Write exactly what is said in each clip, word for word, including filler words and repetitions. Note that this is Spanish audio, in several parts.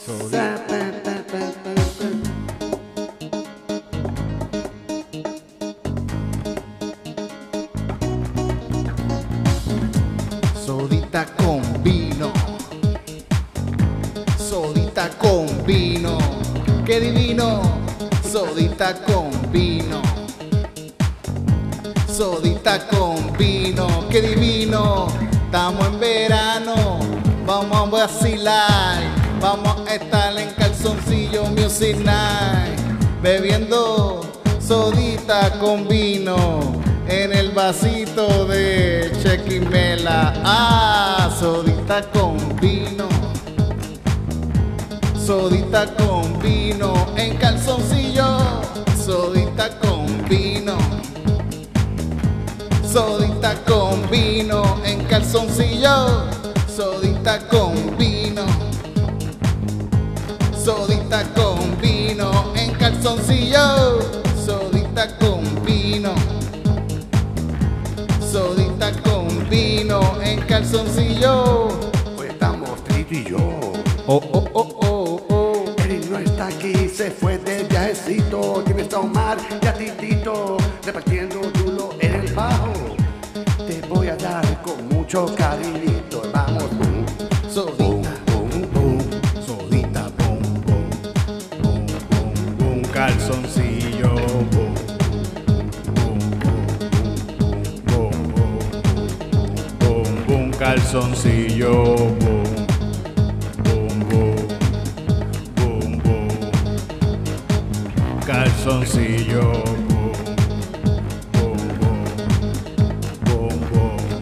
Sodita con vino, sodita con vino, qué divino, sodita con vino, sodita con vino, qué divino, estamos en verano, vamos a vacilar, vamos a estar en Calzoncillo Music Night, bebiendo sodita con vino. En el vasito de Chequimela, ah, sodita con vino, sodita con vino, en Calzoncillo, sodita con vino, sodita con vino, en Calzoncillo, sodita con vino, sodita con vino, en Calzoncillo, sodita con vino. Sodita con vino en Calzoncillo. Hoy estamos Trito y yo. Oh, oh, oh, oh, oh. Eric no está aquí, se fue de viajecito. Tienes a Omar y a Titito repartiendo duro en el bajo. Te voy a dar con mucho cariñito. Vamos, boom. Sodita, boom, boom, boom. sodita, boom, boom, boom, boom, boom, Calzoncillo, boom. Calzoncillo, boom, boom, boom, boom, boom. Calzoncillo, boom, boom, boom, boom,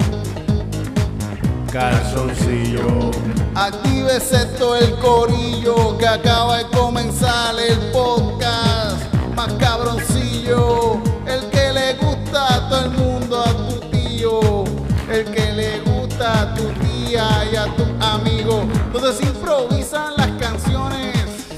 boom. Calzoncillo. Actívese todo el corillo que acaba de comenzar el podcast más cabroncillo. El que le gusta a todo el mundo, a tu tío, el que le gusta a tu tía y a tu amigo. Entonces improvisan las canciones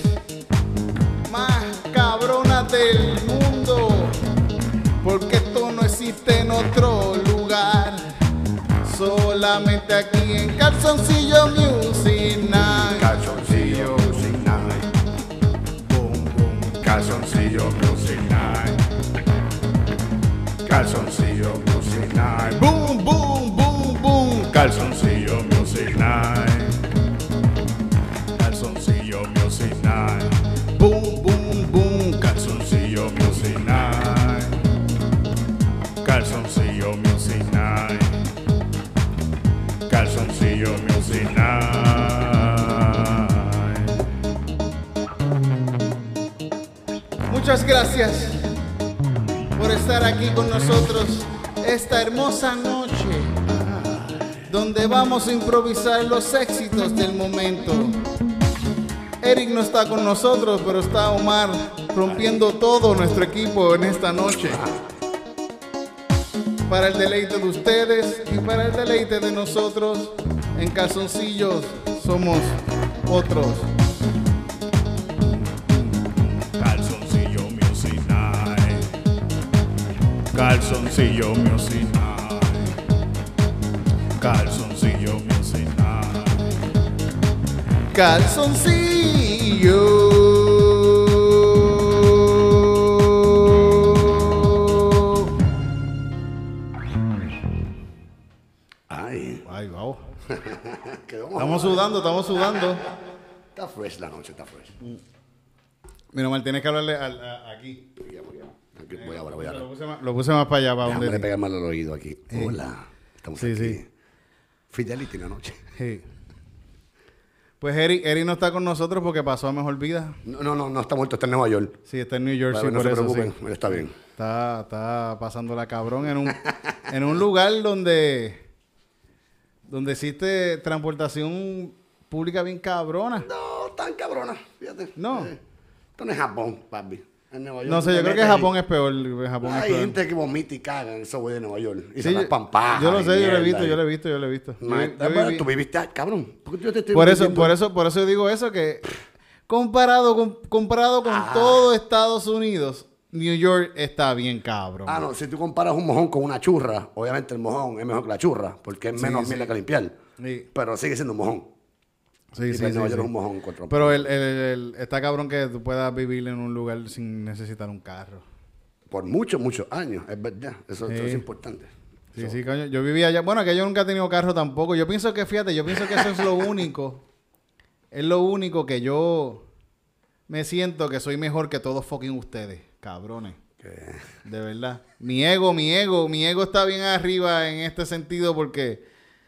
más cabronas del mundo, porque esto no existe en otro lugar, solamente aquí en Calzoncillo Music Night. Calzoncillo Music Night. Boom, boom. Calzoncillo Music Night. Calzoncillo Music Night. Boom, boom, boom, boom. Calzoncillo Music Night. Calzoncillo Music Night. Boom, boom, boom. Calzoncillo Music Night. Calzoncillo Music Night. Calzoncillo Music Night. Muchas gracias por estar aquí con nosotros esta hermosa noche, donde vamos a improvisar los éxitos del momento. Eric no está con nosotros, pero está Omar rompiendo todo nuestro equipo en esta noche, para el deleite de ustedes y para el deleite de nosotros. En Calzoncillos somos otros. Calzoncillo Music Night. Calzoncillo Music Night. Calzoncillo Music Night. Calzoncillo. Ay, Ay, wow. quedó Estamos sudando, estamos sudando. Está fresh la noche, está fresh. Mira, Omar, tienes que hablarle al, a- aquí. Voy a- voy a- aquí, voy ahora, voy ahora. Lo puse más, lo puse más para allá, para Déjame donde. pegarme al oído aquí. Hola, estamos Sí, aquí. sí. Fidelity en la noche. Sí. Pues Eric, Eric no está con nosotros porque pasó a mejor vida. No, no, no, no está muerto, está en Nueva York. Sí, está en New Jersey, Bueno, no por se eso preocupen, sí. él está bien. Está, está pasando la cabrón en un, en un lugar donde, donde existe transportación pública bien cabrona. No, tan cabrona, fíjate. No. Eh, esto no es Japón, papi. En Nueva York. No sé, tú yo te creo que metes Japón y- es peor. Japón es Hay peor. gente que vomita y caga en el subway de Nueva York. Y Sí, se yo, raspan pajas yo lo y sé, yo lo he mierda visto, y- yo lo he visto, yo lo he visto. Yo Ma- vi- yo bueno, viví- tú viviste, ah, cabrón. Porque yo te estoy por eso, diciendo- por eso, por eso digo eso, que comparado con, comparado con Ah. todo Estados Unidos, New York está bien cabrón. Ah, no, si tú comparas un mojón con una churra, obviamente el mojón es mejor que la churra, porque es menos sí. mierda que limpiar. Sí. Pero sigue siendo un mojón. Sí, y sí, pues sí, Nueva sí. York es un mojón cuatro. Pero el, el, el- está cabrón que tú puedas vivir en un lugar sin necesitar un carro. Por muchos, muchos años, es verdad. Eso, Sí. eso es importante. Sí, So, sí, coño. Yo vivía allá. Bueno, que yo nunca he tenido carro tampoco. Yo pienso que, fíjate, yo pienso que eso es lo único. Es lo único que yo me siento que soy mejor que todos fucking ustedes, cabrones. que- De verdad. Mi ego, mi ego, mi ego está bien arriba en este sentido porque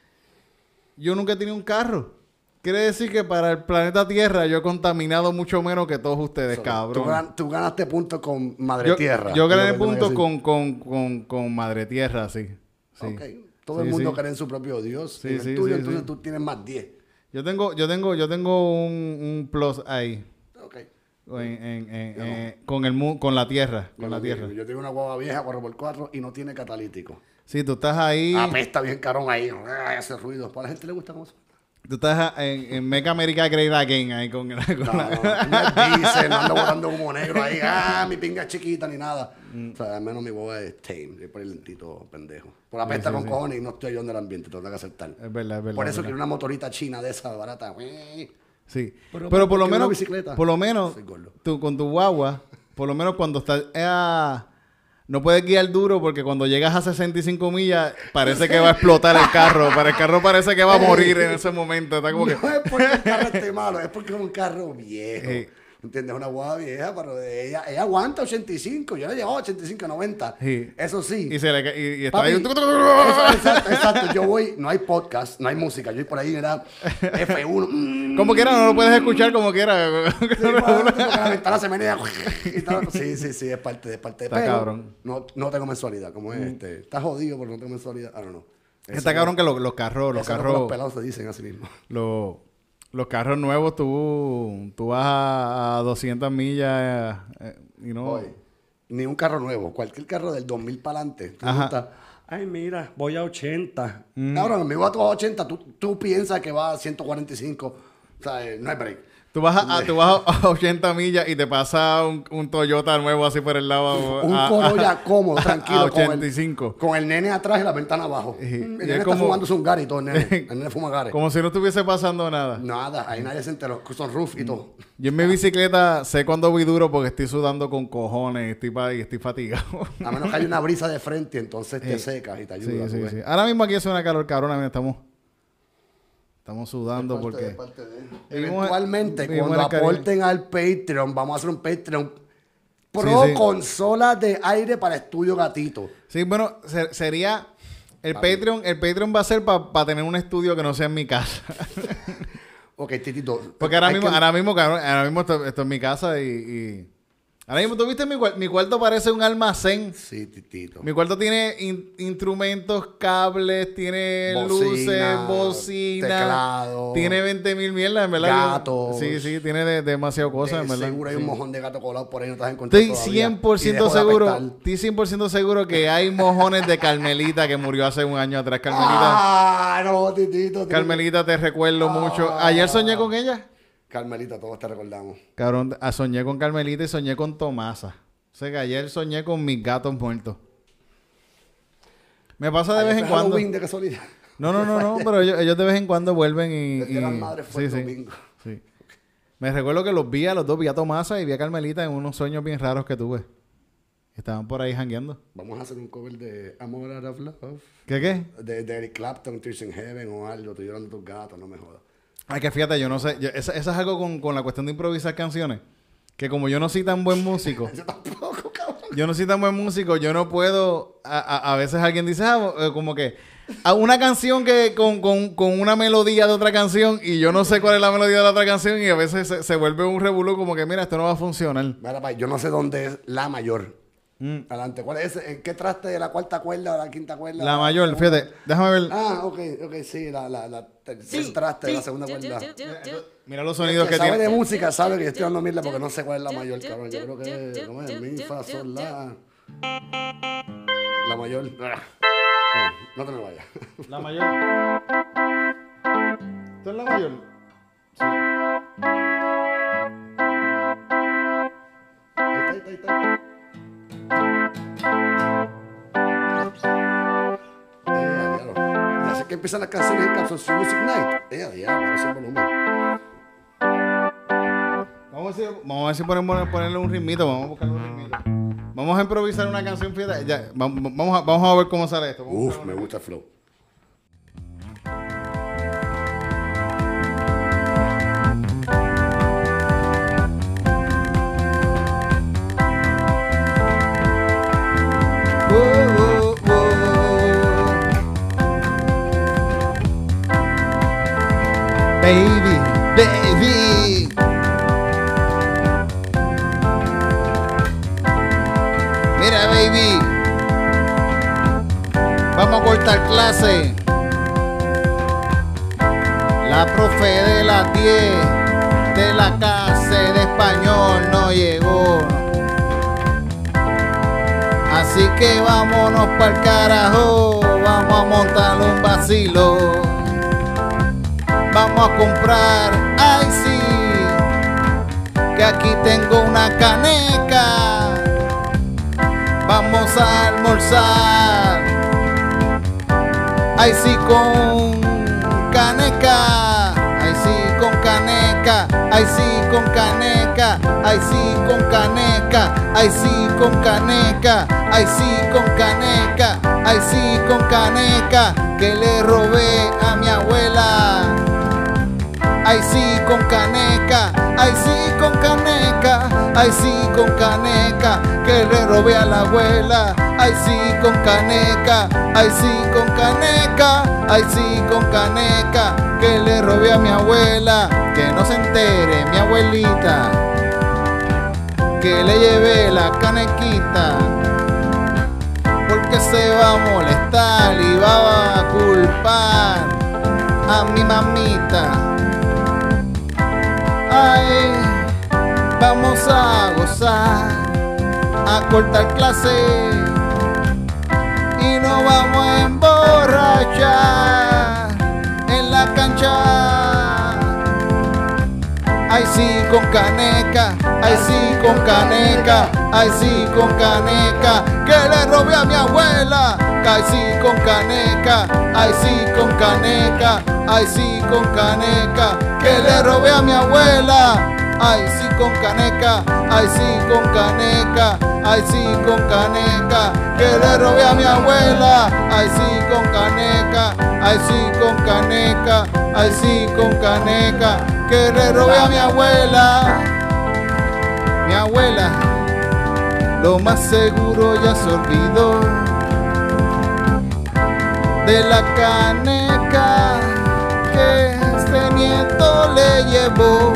yo nunca he tenido un carro. Quiere decir que para el planeta Tierra yo he contaminado mucho menos que todos ustedes, so, cabrón. Tú, gan- tú ganaste puntos con Madre Yo, Tierra. yo es lo gané que te voy a puntos decir. con, con, con, con Madre Tierra, sí. sí. Ok. Todo Sí, el mundo sí. cree en su propio Dios. Sí, en el sí, tuyo, sí, entonces sí. tú tienes más diez. Yo tengo, yo tengo, yo tengo un, un plus ahí. Ok. En- en- en- Yo no. eh, con el mu- con la tierra. Yo Con la no tierra. tengo. Yo tengo una guagua vieja cuatro por cuatro y no tiene catalítico. Sí, tú estás ahí. Apesta bien carón ahí. Ay, hace ruido. Para la gente le gusta cómo suena. Tú estás en, en Make America Great Again ahí con, la- con No, la- no, no es diésel, no ando botando humo negro ahí, ah, mi pinga es chiquita ni nada. O sea, al menos mi boba es tame, es por el lentito pendejo. Por la pesta sí, con sí. cojones y no estoy yo en el ambiente, tengo que aceptar. Es verdad, es verdad. Por es eso verdad. quiero una motorita china de esa barata. Sí. Pero Pero, por lo porque una menos, bicicleta. por lo menos, Soy gordo. tú con tu guagua, por lo menos cuando estás, eh, no puedes guiar duro porque cuando llegas a sesenta y cinco millas parece que va a explotar el carro. Para el carro parece que va a morir en ese momento. Está como que... No es porque el carro esté malo, es porque es un carro viejo. Sí. ¿Entiendes? Una guagua vieja, pero ella, ella aguanta ochenta y cinco. Yo le he llevado ochenta y cinco, noventa. Sí. Eso sí. Y, se le, ca- y, y está Papi, ahí... Exacto, exacto, exacto. Yo voy, no hay podcast, no hay música. Yo voy por ahí, era F uno. Mm, Como quiera, no lo puedes escuchar como quiera. sí, bueno, porque la ventana se menea. y tal. Sí, sí, sí, es parte, es parte. Está Pero cabrón. No, no tengo mensualidad, como es este. Está jodido porque no tengo mensualidad. I don't know. Está cabrón que los, los carros, los Eso es lo que los carros, pelados se dicen así mismo. los, los carros nuevos, tú, tú vas a, a doscientas millas eh, y no... Voy. Ni un carro nuevo, cualquier carro del dos mil para adelante. Tú Ajá. estás, ay, mira, voy a ochenta. Mm. Cabrón, me voy a tu ochenta, tú, tú piensas que va a ciento cuarenta y cinco. O sea, eh, no hay break. Tú vas a, a- tú vas a ochenta millas y te pasa un, un Toyota nuevo así por el lado. Un a- Corolla a- cómodo, a tranquilo. ochenta y cinco. Con el, con el nene atrás y la ventana abajo. Y- Mm, y el es nene está como- fumando un gari y todo el nene. El nene fuma gari. Como si no estuviese pasando nada. Nada, ahí nadie se enteró. Son roof y todo. Yo en mi bicicleta sé cuándo voy duro porque estoy sudando con cojones estoy pa- y estoy fatigado. A menos que haya una brisa de frente, entonces te secas y te Sí, ayuda. tú sí, ves. sí. Ahora mismo aquí hace una calor cabrona, mira, estamos, estamos sudando Parte porque... de- parte de- Vivimos- Eventualmente, vivimos cuando en el Caribe. aporten al Patreon, vamos a hacer un Patreon pro Sí, sí. consola de aire para Estudio Gatito. Sí, bueno, se- sería... El Papi. Patreon, el Patreon va a ser para tener un estudio que no sea en mi casa. Ok, Titito. Porque ahora hay mismo, que- ahora mismo, cabrón, ahora mismo esto, esto es mi casa y, y... Ahora mismo, ¿tú viste mi cuarto? Mi cuarto parece un almacén. Sí, Titito. Mi cuarto tiene in- instrumentos, cables, tiene Bocina, luces, bocina. teclado, Tiene veinte mil mierdas, en verdad. Yo- gatos. Sí, sí, tiene de, demasiado cosas, De en verdad. seguro hay Sí. un mojón de gato colado por ahí, no te has encontrado Estoy todavía. cien por Y ciento dejó de seguro, apestar. estoy cien por ciento seguro que hay mojones de Carmelita que murió hace un año atrás. Carmelita, Ah, no, Titito. Titito. Carmelita, te recuerdo mucho. Ayer soñé con ella. Carmelita, todos te recordamos. Cabrón, ah, soñé con Carmelita y soñé con Tomasa. O sea que ayer soñé con mis gatos muertos. Me pasa de Ayer vez en fue cuando. Halloween de casualidad. No, no, no, no, pero ellos, ellos de vez en cuando vuelven y... El Día de las y- Madres fue el sí, sí, domingo. sí. Me recuerdo que los vi a los dos, vi a Tomasa y vi a Carmelita en unos sueños bien raros que tuve. Estaban por ahí jangueando. Vamos a hacer un cover de Amor Out of Love. ¿Qué, qué? De, de Eric Clapton, Tears in Heaven o algo. Estoy llorando tus gatos, no me jodas. Ay, que fíjate, yo no sé. yo- eso, eso es algo con, con la cuestión de improvisar canciones. Que como yo no soy tan buen músico, Yo tampoco, cabrón. yo no soy tan buen músico, yo no puedo. A, a- a veces alguien dice, ah, eh, como que a una canción que con, con, con una melodía de otra canción y yo no sé cuál es la melodía de la otra canción y a veces se, se vuelve un revolú como que, mira, esto no va a funcionar. Mira, pa, yo no sé dónde es la mayor. Mm. Adelante, ¿cuál es ese? ¿En qué traste de la cuarta cuerda o la quinta cuerda? La mayor, fíjate, déjame ver. Ah, ok, ok, sí, la, la, la tercer traste de la segunda cuerda. Mira los sonidos Que que sabe tiene. de música sabe que yo estoy dando mierda porque no sé cuál es la mayor, cabrón. Yo creo que es, ¿cómo es? Mi, fa, sol, la. La mayor. Ah. No, no te me vayas. La mayor. ¿Esto es la mayor? Sí. Ahí está, ahí está, ahí está. Eh, diablo. Ya sé que empiezan las canciones en Canción Music Night. Eh, diablo, ese volumen. vamos a ver si, vamos a ver si ponemos, ponerle un ritmito, vamos a buscarle un ritmito. Vamos a improvisar una canción, fíjate, ya, vamos, vamos, a, vamos a ver cómo sale esto. Vamos Uf, me gusta el flow. Uh, uh, uh. Baby, baby. Mira, baby. Vamos a cortar clase. La profe de las diez de la clase de español no llegó. Así que vámonos pa'l carajo. Vamos a montar un vacilo. Vamos a comprar, ay sí, que aquí tengo una caneca. Vamos a almorzar, ay sí con caneca, ay sí con caneca, ay sí con caneca, ay sí con caneca, ay sí con caneca, ay sí con caneca, ay sí con caneca, que le robé a mi abuela. Ay sí con caneca, ay sí con caneca, ay sí con caneca, que le robé a la abuela. Ay sí con caneca, ay sí con caneca, ay sí con caneca, que le robé a mi abuela. Que no se entere mi abuelita, que le llevé la canequita, porque se va a molestar y va a culpar a mi mamita. Ay, vamos a gozar, a cortar clase y nos vamos a emborrachar en la cancha. Ay sí con caneca, ay sí con caneca, ay sí con caneca, que le robé a mi abuela. Ay sí con caneca, ay sí con caneca, ay sí con caneca, que le robé a mi abuela. Ay sí con caneca, ay sí con caneca, ay sí con caneca, que le robé a mi abuela. Ay sí con caneca, ay sí con caneca, ay sí con caneca, que le robé a mi abuela. Mi abuela, lo más seguro ya se olvidó de la caneca que este nieto le llevó,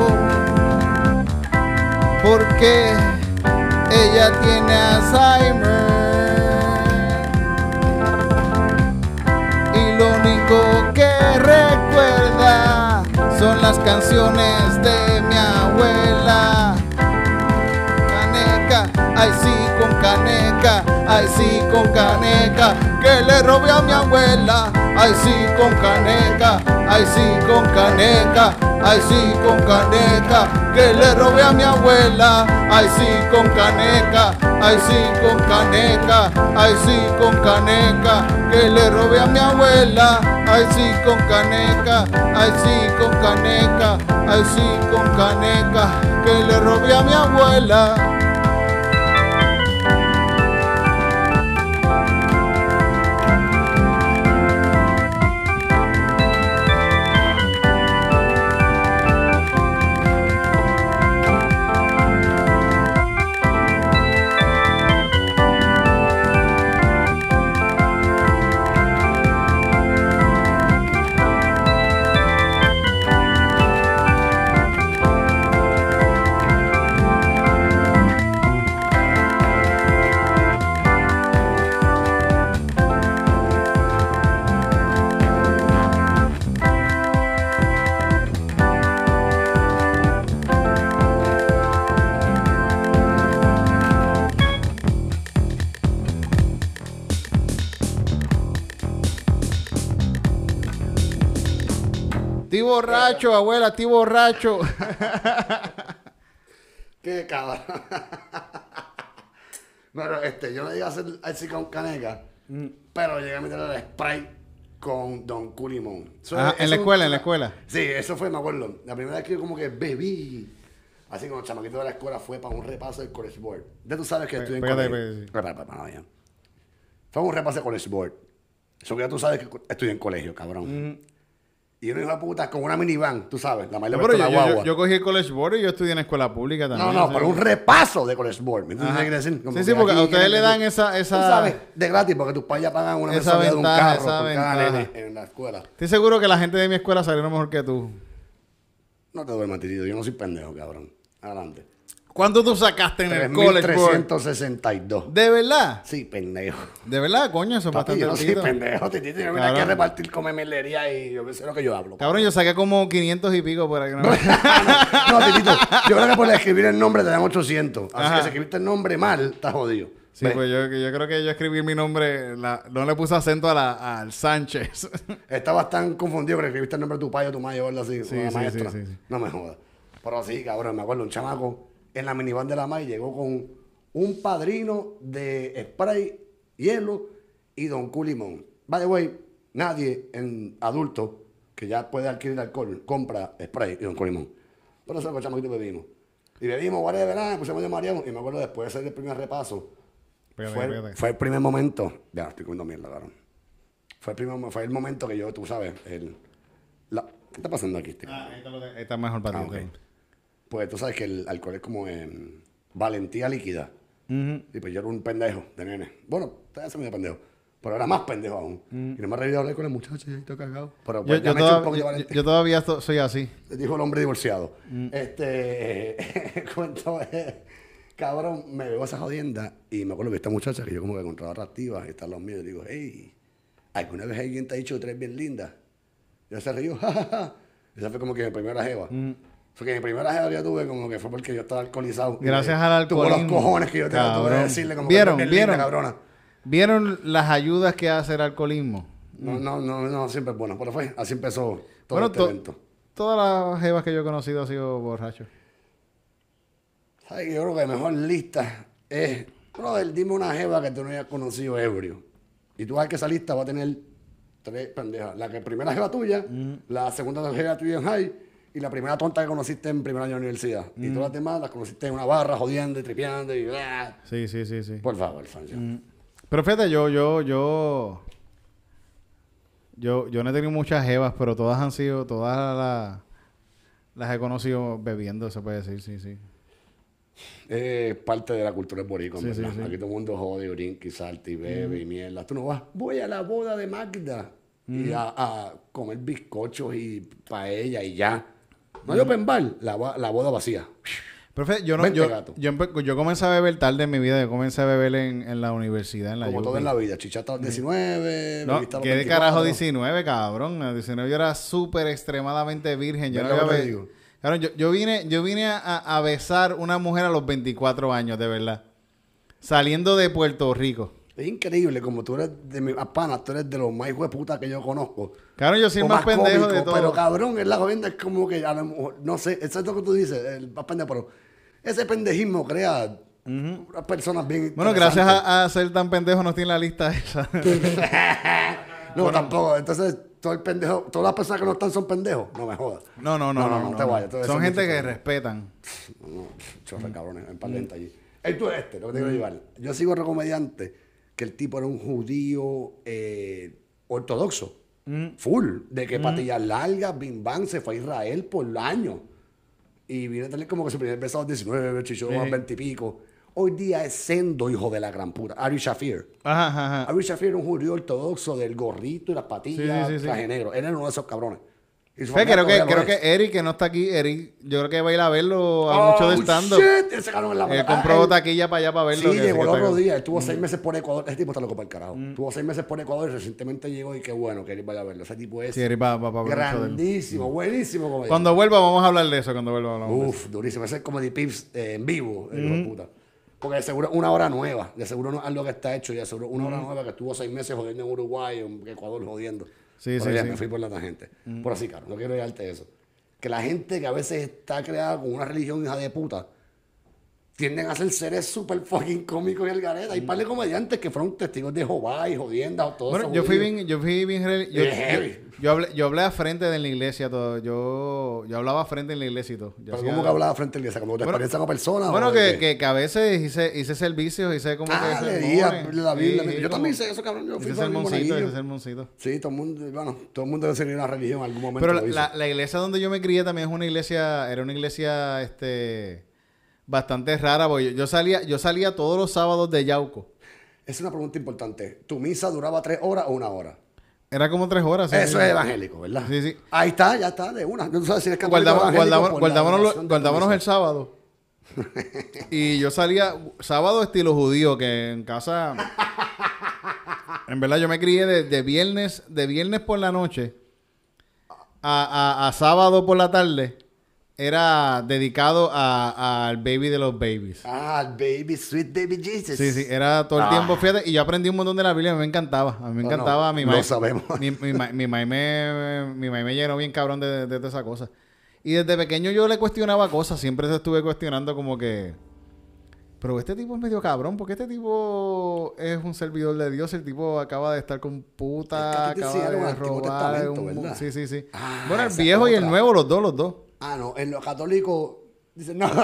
porque ella tiene Alzheimer y lo único que recuerda son las canciones de mi abuela. Caneca, ay sí con caneca, ay sí con caneca, que le robé a mi abuela. Ay sí con caneca, ay sí con caneca, ay sí con caneca, que le robé a mi abuela. Ay sí con caneca, ay sí con caneca, ay sí con caneca, que le robé a mi abuela. Ay sí con caneca, ay sí con caneca, ay sí con caneca, que le robé a mi abuela. Estoy borracho, abuela, estoy borracho. Qué cabrón. Bueno, este, yo no llegué a hacer así con caneca, mm. pero llegué a meter el spray con Don Culimón. Ah, en la escuela, en la escuela. Sí, eso fue, me acuerdo. La primera vez que como que bebí Así que los chamaquitos de la escuela fue para un repaso del College Board. Ya tú sabes que estudié en Pégate, colegio. pégate, sí. Espera, espera, espera, ya. Fue un repaso de College Board. Eso que ya tú sabes que estudié en colegio, cabrón. Mm. Y uno hijo de puta con una minivan, tú sabes, la mayor no, pero yo, la guagua. yo, yo cogí el College Board y yo estudié en escuela pública también. No, no, o sea, pero un repaso de College Board. ¿Me entiendes qué quiere decir? Como sí, sí, porque aquí, a ustedes le dan aquí, esa, esa... Tú sabes, de gratis, porque tus padres ya pagan una esa mensualidad de un ventaja, carro esa por cada ventaja. nene en la escuela. Estoy seguro que la gente de mi escuela salieron mejor que tú. No te duermas, tirito. Yo no soy pendejo, cabrón. Adelante. ¿Cuánto tú sacaste en el tres mil College Board? trescientos sesenta y dos. ¿De verdad? Sí, pendejo. ¿De verdad, coño? Eso es Papi, bastante yo no soy altito. pendejo, titito. Yo vine aquí a repartir come melería y yo sé lo que yo hablo. Cabrón, yo saqué como quinientos y pico por aquí. ¿no? no, no, titito. Yo creo que por escribir el nombre te dan ochocientos. Así Ajá. que si escribiste el nombre mal, estás jodido. Sí, ¿Ves? pues yo, yo creo que yo escribí mi nombre, la, no le puse acento a la, al Sánchez. Estabas tan confundido que escribiste el nombre de tu padre o tu madre o algo así. Sí, o la sí, maestra. sí, sí, sí. No me jodas. Pero sí, cabrón, me acuerdo, un chamaco en la minivan de la M A I llegó con un padrino de spray, hielo y Don Q limón. By the way, nadie en adulto que ya puede adquirir alcohol compra spray y Don Q limón. Pero eso es lo que chamaquitos bebimos. Y bebimos, whatever, nada, pusimos de Mariano. Y me acuerdo después de hacer el primer repaso, Pégate, fue, pégate. fue el primer momento. Ya, estoy comiendo mierda, cabrón. Fue el, primer, fue el momento que yo, tú sabes, el, la, ¿qué está pasando aquí? Este? Ah, ahí está, lo que- ahí está mejor para Ah, ti. ok. Pues tú sabes que el alcohol es como eh, valentía líquida. Ujú. Y pues yo era un pendejo de nene. Bueno, todavía se me dio pendejo. Pero era más pendejo aún. Y no me atreví a hablar con el muchacho y estoy cagado. Pero Yo, pues, ya yo me he hecho un toda- poco de yo- valentía. yo todavía esto- soy así. Dijo el hombre divorciado. Este, cuento, eh, cabrón, me veo esa jodienda y me acuerdo que esta muchacha que yo como que encontraba atractiva y está a los míos y digo, hey, ¿alguna vez alguien te ha dicho que eres bien linda? Y ella se rió, jajaja. Esa fue como que mi primera jeva. Fue que mi primera jeva que yo tuve como que fue porque yo estaba alcoholizado. Gracias Y, al Tuvo los alcoholismo. cojones que yo te tuve Cabrón. que decirle como ¿Vieron? que eres bien ¿Vieron? linda, cabrona. ¿Vieron las ayudas que hace el alcoholismo? No, no, no, no, siempre es bueno. Pero fue, así empezó todo Bueno, este to- evento. todas las jevas que yo he conocido han sido borrachos. ¿Sabes? Yo creo que mejor lista es, brother, dime una jeva que tú no hayas conocido ebrio. Y tú sabes que esa lista va a tener tres pendejas. La que primera jeva tuya, la segunda jeva tuya en high y la primera tonta que conociste en primer año de universidad. Y todas las demás las conociste en una barra, jodiendo y tripeando y bla. Sí, sí, sí, sí. Por favor, Francio. Pero fíjate, yo, yo, yo, yo, yo no he tenido muchas jevas, pero todas han sido, todas las, las he conocido bebiendo, se puede decir, sí, sí. Es parte de la cultura del boricua, Sí, ¿verdad? sí, sí. Aquí todo el mundo jode, brinca y salta y bebe y mierda. Tú no vas, voy a la boda de Magda y a, a comer bizcochos y paella y ya. No hay open bar, la, bo- la boda vacía. Pero fíjate, yo, no, Vente, yo, gato. yo, empe- yo comencé a beber tarde en mi vida, yo comencé a beber en, en la universidad, en la Como U P. todo en la vida. Chichata a los diecinueve, No, bebiste a los ¿qué de veinticuatro. carajo diecinueve, cabrón? A diecinueve yo era súper extremadamente virgen. Yo no ¿Ves lo había que te be- digo? Cabrón, yo, yo vine, yo vine a, a besar una mujer a los veinticuatro años, de verdad. Saliendo de Puerto Rico. Es increíble como tú eres de mi pana, tú eres de los más hijos de puta que yo conozco. Cabrón, yo soy el O más pendejo de cómico, todo. Pero cabrón, es la jodienda, es como que a lo mejor, no sé, eso es lo que tú dices, el más pendejo, pero ese pendejismo crea unas personas bien Bueno, gracias interesantes. a, a ser tan pendejo no tiene la lista esa. No, tampoco. Entonces, todo el pendejo, todas las personas que no están son pendejos. No me jodas. No, no, no, no, no, te no. vayas. Todo Son eso gente mucho que trabajo. respetan. No, chorre, cabrones, en Mm. parlenta allí. El tú este, lo que te quiero llevar. Yo sigo otro comediante que el tipo era un judío eh, ortodoxo. Mm. Full. De que patillas largas, bim bam, se fue a Israel por años. Y vino a tener como que su primer beso a los diecinueve, chichó a Sí. veinte y pico. Hoy día es sendo, hijo de la gran puta. Ari Shafir. Ajá, ajá, ajá. Ari Shafir era un judío ortodoxo del gorrito y las patillas, Sí, sí, sí, sí. traje negro. Él era uno de esos cabrones. Y su Fe, familia creo que, todavía lo creo es. que Eric, que no está aquí, Eric, yo creo que va a ir a verlo a Oh, mucho de stand-up. shit, ese cabrón en la Él ah, compró él- taquilla para allá para verlo. Sí, que llegó sí el que otro está- día. Estuvo seis meses por Ecuador. Ese tipo está loco para el carajo. Estuvo seis meses por Ecuador y recientemente llegó y qué bueno que él vaya a verlo. Ese tipo es Sí, Eric va, va, va a hablar mucho de él. grandísimo, buenísimo comediante. Cuando vuelva vamos a hablar de eso, cuando vuelva hablamos de eso. Uf, durísimo. Ese es Comedy Pips eh, en vivo, el hijo de puta. Porque de seguro una hora nueva. De seguro no es algo que está hecho. Y de seguro una hora nueva que estuvo seis meses jodiendo en Uruguay o en Ecuador jodiendo. Sí, Pero sí, ya sí. me fui por la tangente. Por así, caro. No quiero llevarte eso. Que la gente que a veces está creada con una religión hija de puta tienden a ser seres súper fucking cómicos y el gareta. Hay par de comediantes que fueron testigos de Jehová y jodiendas o todo Bueno, eso. yo fui bien, yo fui bien, rel- yo, Es heavy. yo, yo hablé, yo hablé a frente de la iglesia todo, yo, yo hablaba a frente en la iglesia y todo. Yo Pero hacía- ¿cómo que hablaba frente a la iglesia? ¿Como tu Bueno, experiencia como persona? Bueno, o que, de qué? que, que a veces hice, hice servicios, hice como Ah, que leía sermones. la Biblia. Sí, yo como- también hice eso, cabrón. Yo fui Hice para mi sermoncito, monaguillo. hice sermoncito. Sí, todo el mundo, bueno, todo el mundo debe seguir una religión en algún momento. Pero lo la, hizo. la, la iglesia donde yo me crié también es una iglesia, era una iglesia, este, bastante rara, porque yo, yo salía, yo salía todos los sábados de Yauco. Es una pregunta importante. ¿Tu misa duraba tres horas o una hora? Era como tres horas. ¿sí? Eso es evangélico, ¿verdad? Sí, sí. Ahí está, ya está, de una. Yo no sé si es católico o Guardamos, evangélico guardamos, por la guardámonos, lo- duración de tu guardámonos misa. el sábado. Y yo salía sábado estilo judío, que en casa, en verdad yo me crié de, de viernes, de viernes por la noche a, a, a sábado por la tarde. Era dedicado a- al baby de los babies. Ah, el baby, sweet baby Jesus. Sí, sí, era todo el Ah. tiempo, fíjate, y yo aprendí un montón de la Biblia, a mí me encantaba, a mí me No, encantaba, no, mi lo mamá, sabemos. mi, mi, ma- mi mamá me, mi mamá me llenó bien cabrón de, de, de toda esa cosa. Y desde pequeño yo le cuestionaba cosas, siempre se estuve cuestionando como que, pero este tipo es medio cabrón, porque este tipo es un servidor de Dios, el tipo acaba de estar con puta, Es que a ti te acaba enseñaron de el Antiguo robar, Testamento, un- ¿verdad? sí, sí, sí. Ah, Bueno, el esa es viejo y el otra. nuevo, los dos, los dos. Ah, no, en los católicos dicen, no.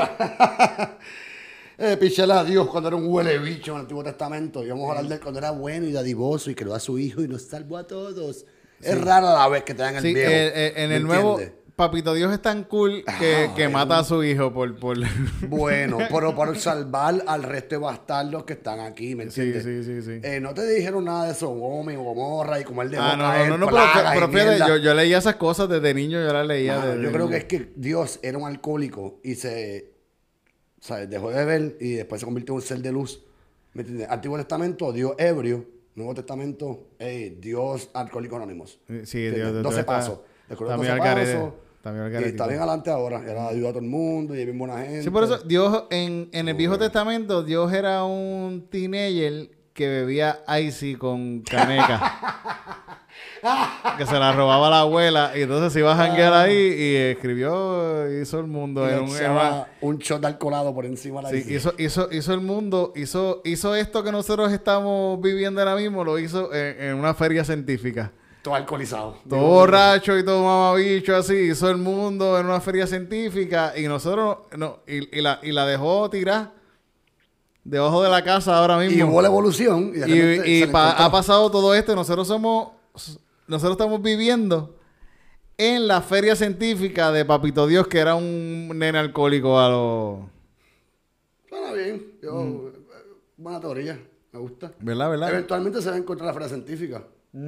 eh, pichela a Dios cuando era un huele bicho en el Antiguo Testamento. Y vamos a hablar de él cuando era bueno y dadivoso y creó a su hijo y nos salvó a todos. Es rara la vez que te dan el Sí, viejo. eh, eh, en ¿me el nuevo, entiendes? Papito Dios es tan cool que, Ah, que bueno. mata a su hijo por... por... Bueno, pero para salvar al resto de bastardos que están aquí, ¿me Sí, entiendes? sí, sí, sí. Eh, no te dijeron nada de Sodoma y Gomorra y como él dejó Ah, no, caer no, no, no, pero, plagas y pero fíjate, mierda. yo, yo leía esas cosas desde niño, yo las leía Mano, desde... yo creo que es que Dios era un alcohólico y se, o sea, dejó de beber y después se convirtió en un ser de luz. ¿Me entiendes? Antiguo Testamento, Dios ebrio. Nuevo Testamento, hey, Dios alcohólico anónimos. Sí, Dios, ¿Entiendes? Dios doce está- pasos. Descubrió está doce bien al garete, pasos. está bien al Y garete. está bien adelante ahora. Era ayuda a todo el mundo y es bien buena gente. Sí, por eso Dios, en, en el Viejo Testamento, Dios era un teenager que bebía icy con caneca. que se la robaba la abuela y entonces se iba a janguear ahí y escribió, hizo el mundo. Y En le un, en echaba una- un shot de alcoholado por encima de la Sí, isla. hizo, hizo, hizo el mundo, hizo, hizo esto que nosotros estamos viviendo ahora mismo, lo hizo en, en una feria científica. Todo alcoholizado. Todo borracho y todo mamabicho así, hizo el mundo en una feria científica y nosotros, no, y, y la, y la dejó tirar debajo de la casa ahora Y mismo. hubo la evolución. Y, de Y, repente y se le pa- encontró. ha pasado todo esto y nosotros somos, nosotros estamos viviendo en la feria científica de Papito Dios, que era un nene alcohólico a los... Suena bien. Yo, Mm. eh, buena teoría. Me gusta. ¿Verdad, verdad? Eventualmente se va a encontrar la feria científica.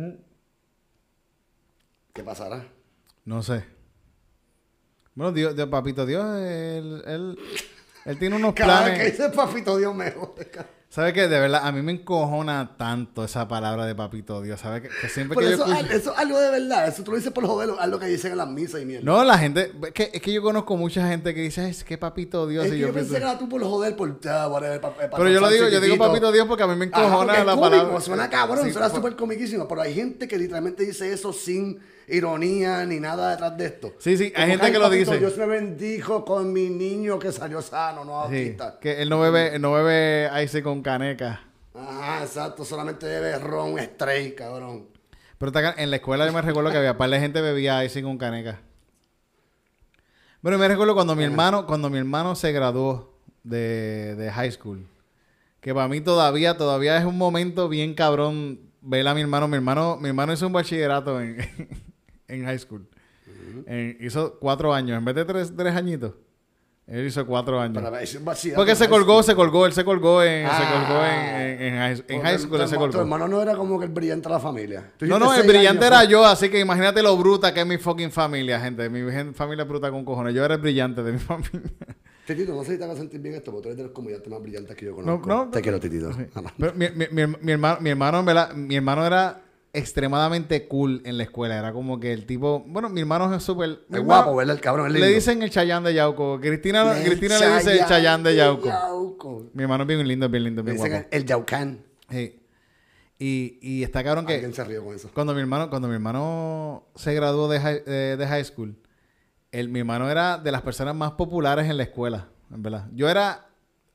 ¿Qué pasará? No sé. Bueno, Dios, Dios, Papito Dios, él, él, él tiene unos Cada vez planes. que dice papito Dios me jode. cabrón. ¿Sabes qué? De verdad, a mí me encojona tanto esa palabra de Papito Dios. ¿Sabes qué? Que siempre Pero que eso, yo es escucho... al- eso es algo de verdad. Eso tú lo dices por joder, algo que dicen en las misas y mierda. No, la gente... Es que, es que yo conozco mucha gente que dice, es que Papito Dios... es y que yo, yo pensé pienso- que era tú por joder, por... ah, whatever, pa- pa- Pero yo lo pasar digo, yo digo chiquitito. Papito Dios porque a mí me Ajá, encojona porque es la cómico, palabra. suena cabrón, Sí, suena fue- súper comiquísimo, pero hay gente que literalmente dice eso sin ironía ni nada detrás de esto. Sí, sí, hay Como gente "Ay, que lo papito, dice". Dios me bendijo con mi niño que salió sano, no Sí, autista. que él no bebe, él no bebe ice con caneca. Ajá, exacto, solamente bebe ron stray, cabrón. Pero está acá- en la escuela yo me recuerdo que había par de gente bebía ice con caneca. Bueno, me recuerdo cuando mi hermano, cuando mi hermano se graduó de, de high school. Que para mí todavía, todavía es un momento bien cabrón ver a mi hermano. Mi hermano, mi hermano hizo un bachillerato en, en high school. En- hizo cuatro años. En vez de tres, tres añitos. Él hizo cuatro años. Para ver, es un vacío. Porque se colgó, se colgó, él se colgó en, se Ah. colgó en, en, en high, en high school, él se Tu colgó. hermano no era como que el brillante de la familia. Tú No, hiciste no, el seis brillante años, era pues. yo, así que imagínate lo bruta que es mi fucking familia, gente. Mi gen- familia es bruta con cojones. Yo era el brillante de mi familia. Titito, no sé si te hagas sentir bien esto, porque tú eres de los comediantes más brillantes que yo conozco. no, te no. quiero, Titito. Pero mi, mi, mi, mi hermano, mi hermano, en verdad, mi hermano era extremadamente cool en la escuela. Era como que el tipo... Bueno, mi hermano es súper... mi Es hermano- guapo, ¿verdad? El cabrón es lindo. Le dicen el Chayán de Yauco. Cristina, El Cristina le dice el Chayán de Yauco. Yauco. Mi hermano es bien lindo, bien lindo, Le bien dicen guapo. el, el Yaucán. Sí. Y, y está cabrón que... Alguien se rió con eso. Cuando mi hermano, cuando mi hermano se graduó de high, eh, de high school, el, mi hermano era de las personas más populares en la escuela, en verdad. Yo era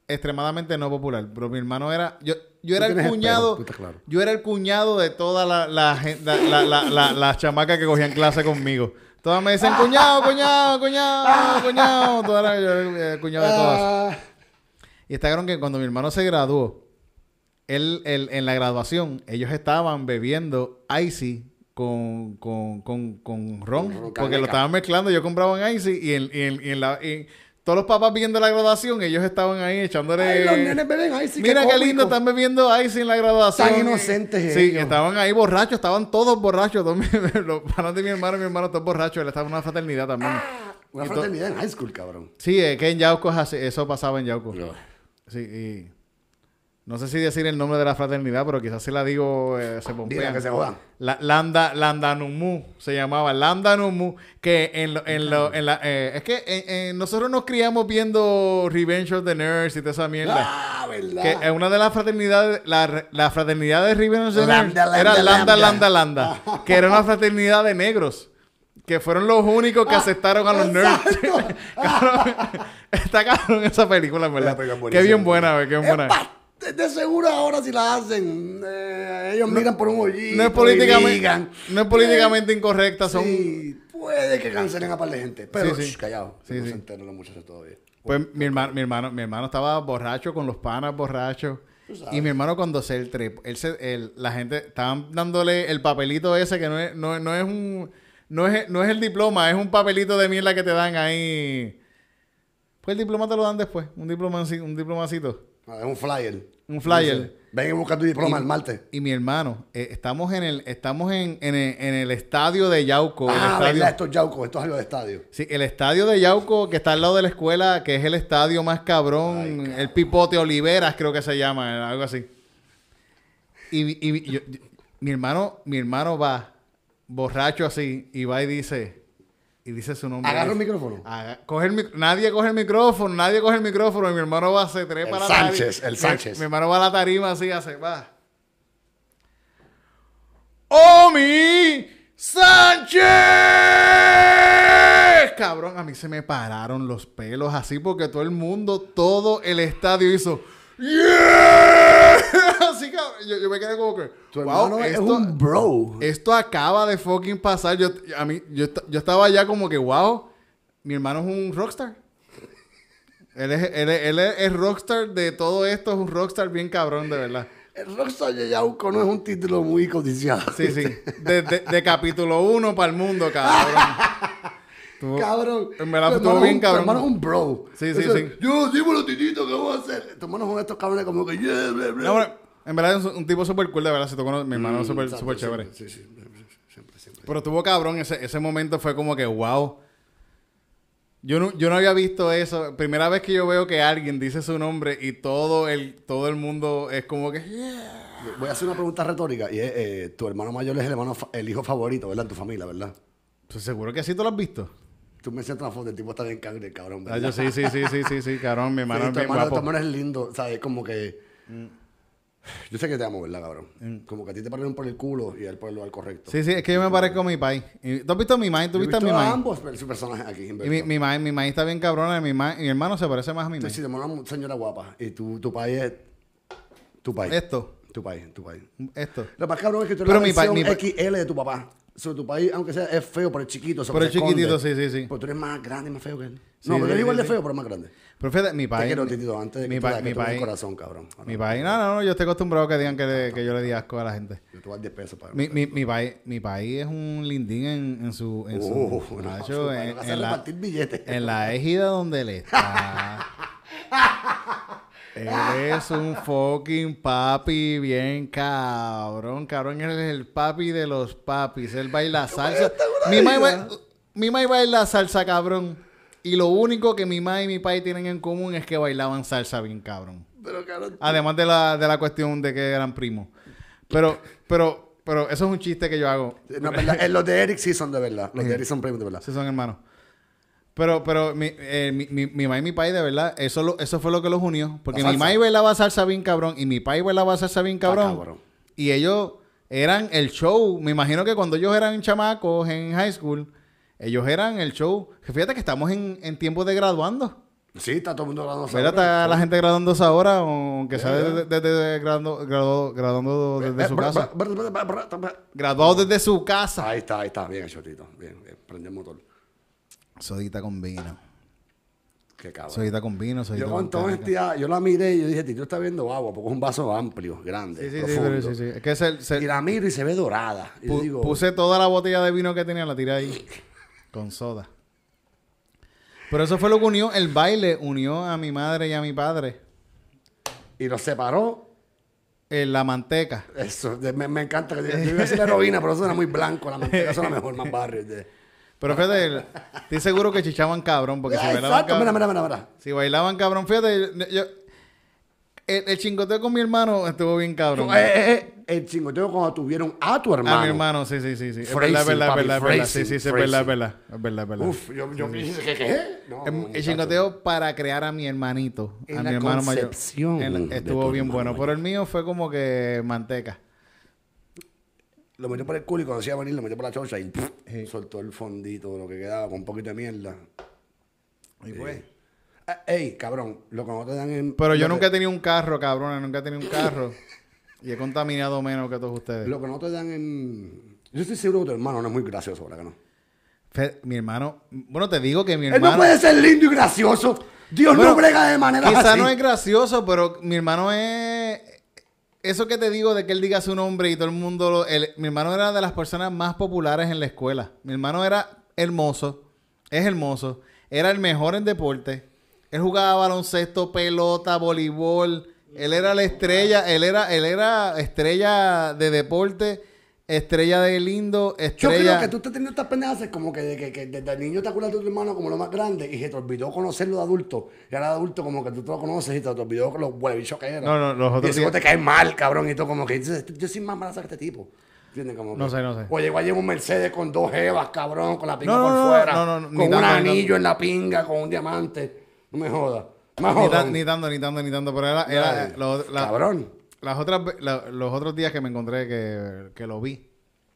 extremadamente no popular. Pero mi hermano era... Yo, yo era el tienes cuñado... espejo, claro. Yo era el cuñado de todas las la, la, la, la, la, la chamacas que cogían clase conmigo. Todas me decían, cuñado, cuñado, cuñado, cuñado. Todas era yo era el cuñado de todas. Y está claro que cuando mi hermano se graduó, él, él, en la graduación, ellos estaban bebiendo Icy con, con, con, con ron. Con Porque caneca. lo estaban mezclando. Yo compraba en Icy y en, y en, y en la... y todos los papás viendo la graduación, ellos estaban ahí echándole... Ay, los nenes beben ahí, sí, Mira qué, cómico. lindo, están bebiendo Icy en la graduación. Tan inocentes Sí, ellos. estaban ahí borrachos, estaban todos borrachos. Todos mis- los panas de mi hermano y mi hermano todos borrachos. Él estaba en una fraternidad también. Una Y to- fraternidad en high school, cabrón. Sí, es que en Yauco es así, eso pasaba en Yauco. No. Sí, y... No sé si decir el nombre de la fraternidad, pero quizás si la digo eh, se Dile pompean. que se jodan. La, Landa, Landanumu se llamaba Landanumu, que en lo, en lo, en la, eh, es que eh, eh, nosotros nos criamos viendo Revenge of the Nerds y toda esa mierda. Ah, verdad. Que en una de las fraternidades, la, la fraternidad de Revenge of the Nerds Lambda, lambda, era Landa, lambda. Landa, Landa, que era una fraternidad de negros. Que fueron los únicos que aceptaron a los nerds. Cabrón, está cabrón esa película, en La ¿verdad? película es Qué buenísima. bien buena, güey, qué bien Es buena. pa- de- de seguro ahora si la hacen, eh, ellos miran por un hoyito No es y políticamente, ligan. no es políticamente incorrecta, son... Sí, puede que cancelen a par de gente, pero Sí, sí. shh, callado. Sí, no sí. se enteran los muchachos todavía. Pues mi hermano, mi hermano, mi hermano estaba borracho con los panas borrachos. sabes. Y mi hermano cuando se el trepó, él se, él- la gente estaban dándole el papelito ese que no es, no, no es un, no es, no es el diploma, es un papelito de mierda que te dan ahí. Pues el diploma te lo dan después, un diploma, un diplomacito, Ah, es un flyer. un flyer. Dice, ven y busca tu diploma Y- el martes. Y mi hermano, eh, estamos en el, estamos en, en el, en el estadio de Yauco. el Ah, estadio, verdad, esto es Yauco, esto es algo de estadio. Sí, el estadio de Yauco, que está al lado de la escuela, que es el estadio más cabrón, Ay, cabrón. el Pipote Oliveras, creo que se llama, algo así. Y, y yo- yo- mi hermano, mi hermano va borracho así, y va y dice, y dice su nombre. Agarra el Dice, micrófono. "Aga- coge el mic- nadie coge el micrófono, nadie coge el micrófono, y mi hermano va, se trepa El a la Sánchez, tarima. el Sánchez. Mi, mi hermano va a la tarima así, hace, va. ¡Omi Sánchez! Cabrón, a mí se me pararon los pelos así porque todo el mundo, todo el estadio hizo ¡Yeah! Así, cabrón. Yo, yo me quedé como que, Tu wow, hermano es esto, un bro. esto acaba de fucking pasar. Yo, a mí, yo, est- yo estaba ya como que, wow, mi hermano es un rockstar. Él es, él, es, él es el rockstar de todo esto, es un rockstar bien cabrón, de verdad. El Rockstar de Yauco no es un título muy codiciado. Sí, sí. De, de, de capítulo uno para el mundo, cabrón. Estuvo- Cabrón. En verdad, Tu estuvo hermano bien es un- cabrón. Tu hermano es un bro. Sí, sí, Eso, sí. Yo, dímelo, titito, ¿qué voy a hacer? Tu hermano es uno de estos cabrones como que... Yeah, bla, bla. No, bueno, en verdad es un, un tipo súper cool, de verdad. Se tocó, mi hermano es súper Exacto, súper siempre, chévere. Sí, sí, siempre, siempre, siempre. Pero estuvo cabrón. Ese, ese momento fue como que, wow. Yo no, yo no había visto eso. Primera vez que yo veo que alguien dice su nombre y todo el, todo el mundo es como que... "Yeah". Voy a hacer una pregunta retórica y es, eh, tu hermano mayor es el hermano fa- el hijo favorito, ¿verdad? En tu familia, ¿verdad? Pues seguro que sí tú lo has visto. Tú me sientes una foto, el tipo está bien cangre, cabrón, Ah, ¿verdad? yo sí, sí, sí, sí, sí, sí, cabrón. Mi hermano Sí, es tu, bien hermano, tu guapo. hermano es lindo, ¿sabes? Como que... Yo sé que te amo, ¿verdad, cabrón? Como que a ti te pararon por el culo y a él por el lugar correcto. Sí, sí, es que yo me parezco a mi país. Y- ¿Tú has visto a mi maíz? ¿Tú Yo he viste a mi visto a maíz? ambos per- su personajes aquí, Y Humberto. mi, mi maíz, mi maíz está bien cabrona. y Mi, ma- mi hermano se parece más a mi Sí, maíz. sí, te una señora guapa. Y tu, tu país es... Tu país. Esto, Tu país, tu país. esto. Lo más cabrón es que tú eres Pero la mi pa- versión mi pa- X L de tu papá. So, tu país, aunque sea, es feo, pero es chiquito. so, Pero se es chiquitito, esconde. sí, sí, sí. Pero tú eres más grande y más feo que él. Sí, no, sí, pero él sí, igual de sí. feo, pero más grande. Pero fíjate, mi Te país... quiero, Titito, antes de que mi tú pa- veas que mi tú eres país- un corazón, cabrón. Ahora, Mi país... No, no, no. Yo estoy acostumbrado a que digan que, le- que yo le di asco a la gente. Yo te voy a dar diez pesos para... Mi, mi, mi, país, mi país es un lindín en, en su... En su Uh, no, Nacho, su- en, para hacer en la, repartir billetes. en la égida donde él está. Él es un fucking papi bien cabrón. Cabrón, él es el papi de los papis. Él baila salsa. Mi mai, ba- mi mai baila salsa, cabrón. Y lo único que mi mai y mi pai tienen en común es que bailaban salsa bien cabrón. Pero, cabrón... Además de la, de la cuestión de que eran primos. Pero, pero, pero eso es un chiste que yo hago. No, verdad, eh, los de Eric sí son de verdad. Los de Eric son primos de verdad. Sí, son hermanos. Pero, pero mi, eh, mi, mi, mi mamá y mi pai, de verdad, eso, lo, eso fue lo que los unió. Porque La mi salsa. mamá bailaba salsa bien cabrón y mi pai bailaba salsa bien cabrón. cabrón. Y ellos eran el show. Me imagino que cuando ellos eran chamacos en high school, ellos eran el show. Que fíjate que estamos en, en tiempos de graduando. Sí, está todo el mundo graduándose ¿Verdad? ahora. ¿Está la gente graduándose ahora? O aunque sea Yeah. desde, desde graduando, graduando, graduando desde Eh, su br- casa. br- br- br- br- br- br- Graduado desde su casa. Ahí está, ahí está. Bien hecho, Tito. Bien, bien. Prende el motor. Sodita con vino. Qué cabrón. Sodita con vino, sodita Yo con con toda canica. honestidad, yo la miré y yo dije, Tito está viendo agua, porque es un vaso amplio, grande, Sí, sí, sí, profundo. pero sí, sí. Es que se, se- Y la miro y se ve dorada. Y pu- digo, puse toda la botella de vino que tenía, la tiré ahí. Con soda. Pero eso fue lo que unió, el baile unió a mi madre y a mi padre. y los separó. En la manteca. Eso, de- me, me encanta. Que, yo iba a decir la heroína, pero eso era muy blanco. La manteca suena mejor, más barrio. De... Pero fíjate, el- estoy seguro que chichaban cabrón, porque si Ah, bailaban exacto, mira, cabrón, mira, mira, mira. si bailaban cabrón, fíjate, yo, yo- el, el chingoteo con mi hermano estuvo bien cabrón. Eh, eh, eh, el chingoteo cuando tuvieron a tu hermano. A mi hermano, sí, sí, sí, sí. Es Phrasing, verdad, es verdad, es papi, verdad, es verdad. Sí, phrasing, sí, sí, es phrasing. verdad, es verdad. Es verdad, es verdad. Uf, yo, yo dije, ¿qué? ¿Qué? No, El, el muchacho. chingoteo para crear a mi hermanito, En a la mi hermano mayor. concepción En- de estuvo tu bien hermano bueno. mayor. Pero el mío fue como que manteca. Lo metió por el culo y cuando se iba a venir lo metió por la chocha y pff, Sí. soltó el fondito, lo que quedaba con un poquito de mierda. Y pues. Ah, ey, cabrón, lo que no te dan en... Pero yo lo nunca he que, tenido un carro, cabrón. Nunca he tenido un carro. Y he contaminado menos que todos ustedes. Lo que no te dan en... Yo estoy seguro que tu hermano no es muy gracioso, ¿verdad que no? Fe- Mi hermano. Bueno, te digo que mi Él hermano. no puede ser lindo y gracioso. Dios Bueno, no brega de manera Quizá así. no es gracioso, pero mi hermano es... Eso que te digo de que él diga su nombre y todo el mundo... Lo... el- Mi hermano era de las personas más populares en la escuela. Mi hermano era hermoso. Es hermoso. Era el mejor en deporte. Él jugaba baloncesto, pelota, voleibol. Él era la estrella. Él era, él era estrella de deporte, estrella de lindo, Yo estrella... creo que tú estás teniendo estas pendejas como que, de que, que desde niño te acuerdas de tu hermano como lo más grande y se te olvidó conocerlo de adulto. Y ahora de adulto como que tú te lo conoces y te, te olvidó con los huevichos que era. No, no, los otros y eso días- te cae mal, cabrón. Y tú como que dices, yo soy más embarazo que este tipo. ¿Entiendes? Como que, No sé, no sé. O llegó allí en un Mercedes con dos jevas, cabrón, con la pinga No, no, por no, fuera. no, no, no, ni con un tanto, ni anillo tanto. en la pinga, con un diamante. No me jodas. Más Ni, jodón. tan- ni tanto, ni tanto, ni tanto. Pero era... era Ay, lo- la- cabrón. Las otras, ve- la- los otros días que me encontré que, que lo vi,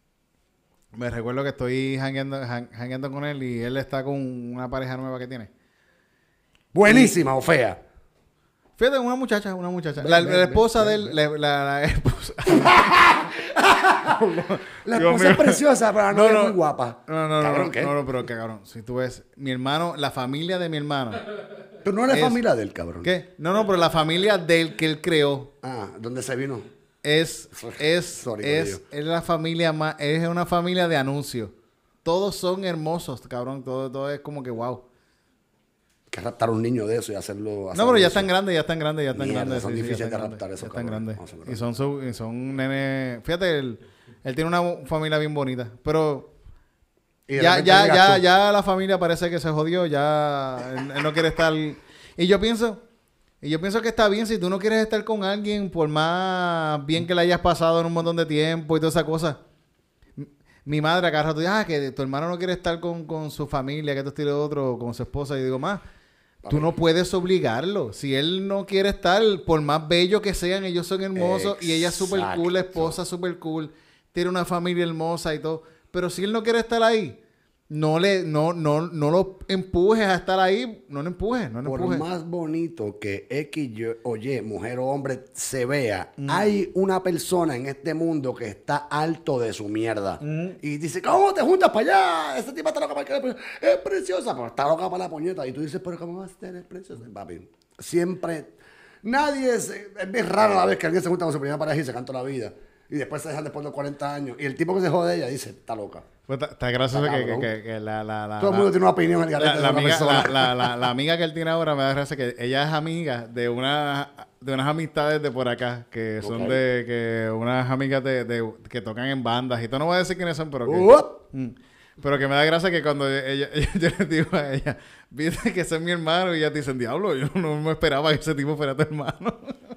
me recuerdo que estoy jangueando, jan- jangueando con él y él está con una pareja nueva que tiene. Buenísima o fea. Fíjate, una muchacha, una muchacha. Ven, La, ven, la esposa ven, de él, la, la- la esposa. La Dios esposa mío. es preciosa, pero la No, novia no. es muy guapa. No, no, no, Cabrón, no, ¿qué? no, no, pero qué cabrón. Si tú ves, mi hermano, la familia de mi hermano. Tú no eres Es- familia del cabrón. ¿Qué? No, no, pero la familia del que él creó Ah, ¿dónde se vino? es, es, Sorry, es, corillo. es la familia más, es una familia de anuncios. Todos son hermosos, cabrón. Todo, todo es como que wow. Que raptar a un niño de eso y hacerlo. No, hacerlo pero ya eso. están grandes, ya están grandes, ya están Mierda, grandes. son sí, sí, ya difíciles están de grandes, raptar esos ya están cabrones. grandes. Vamos a ver. Y son, su, y son nene... Fíjate, él, él tiene una familia bien bonita. Pero Y de ya, repente ya, llegas ya, tú. ya la familia parece que se jodió. Ya él, él no quiere estar... Y yo pienso... Y yo pienso que está bien si tú no quieres estar con alguien, por más bien que le hayas pasado en un montón de tiempo y toda esa cosa. M- Mi madre acá rato dice, ah, que tu hermano no quiere estar con, con su familia, que esto estilo de otro, con su esposa. Y digo, más, tú no puedes obligarlo. Si él no quiere estar, por más bello que sean, ellos son hermosos y ella es súper cool, la Exacto. esposa súper cool, tiene una familia hermosa y todo. Pero si él no quiere estar ahí, no le, no, no, no lo empujes a estar ahí, no lo empujes, no lo Por empujes. más bonito que X y- o Y, mujer o hombre, se vea, Mm. hay una persona en este mundo que está alto de su mierda. Mm. Y dice, ¿cómo te juntas para allá? Esa tipa está loca para que es preciosa, pero está loca para la puñeta. Y tú dices, ¿pero cómo vas a tener preciosa? Papi, siempre... Nadie es... Es bien raro la vez que alguien se junta con su primera pareja y se canta la vida. Y después se dejan después de los cuarenta años. Y el tipo que se jode de ella dice, está loca. Pues está, está gracioso Está que, que, cabrón. que- que la, la, la, Todo el la- mundo tiene una opinión en el la, garete la de una amiga, persona. la, la, la- la amiga que él tiene ahora me da gracia que ella es amiga de una de unas amistades de por acá que son Ok. de que unas amigas de, de- que tocan en bandas y tú no voy a decir quiénes son pero que, Uop. Mm. pero que me da gracia que cuando ella, ella- yo le digo a ella viste que ese es mi hermano y ella te dice diablo yo no me esperaba que ese tipo fuera tu hermano.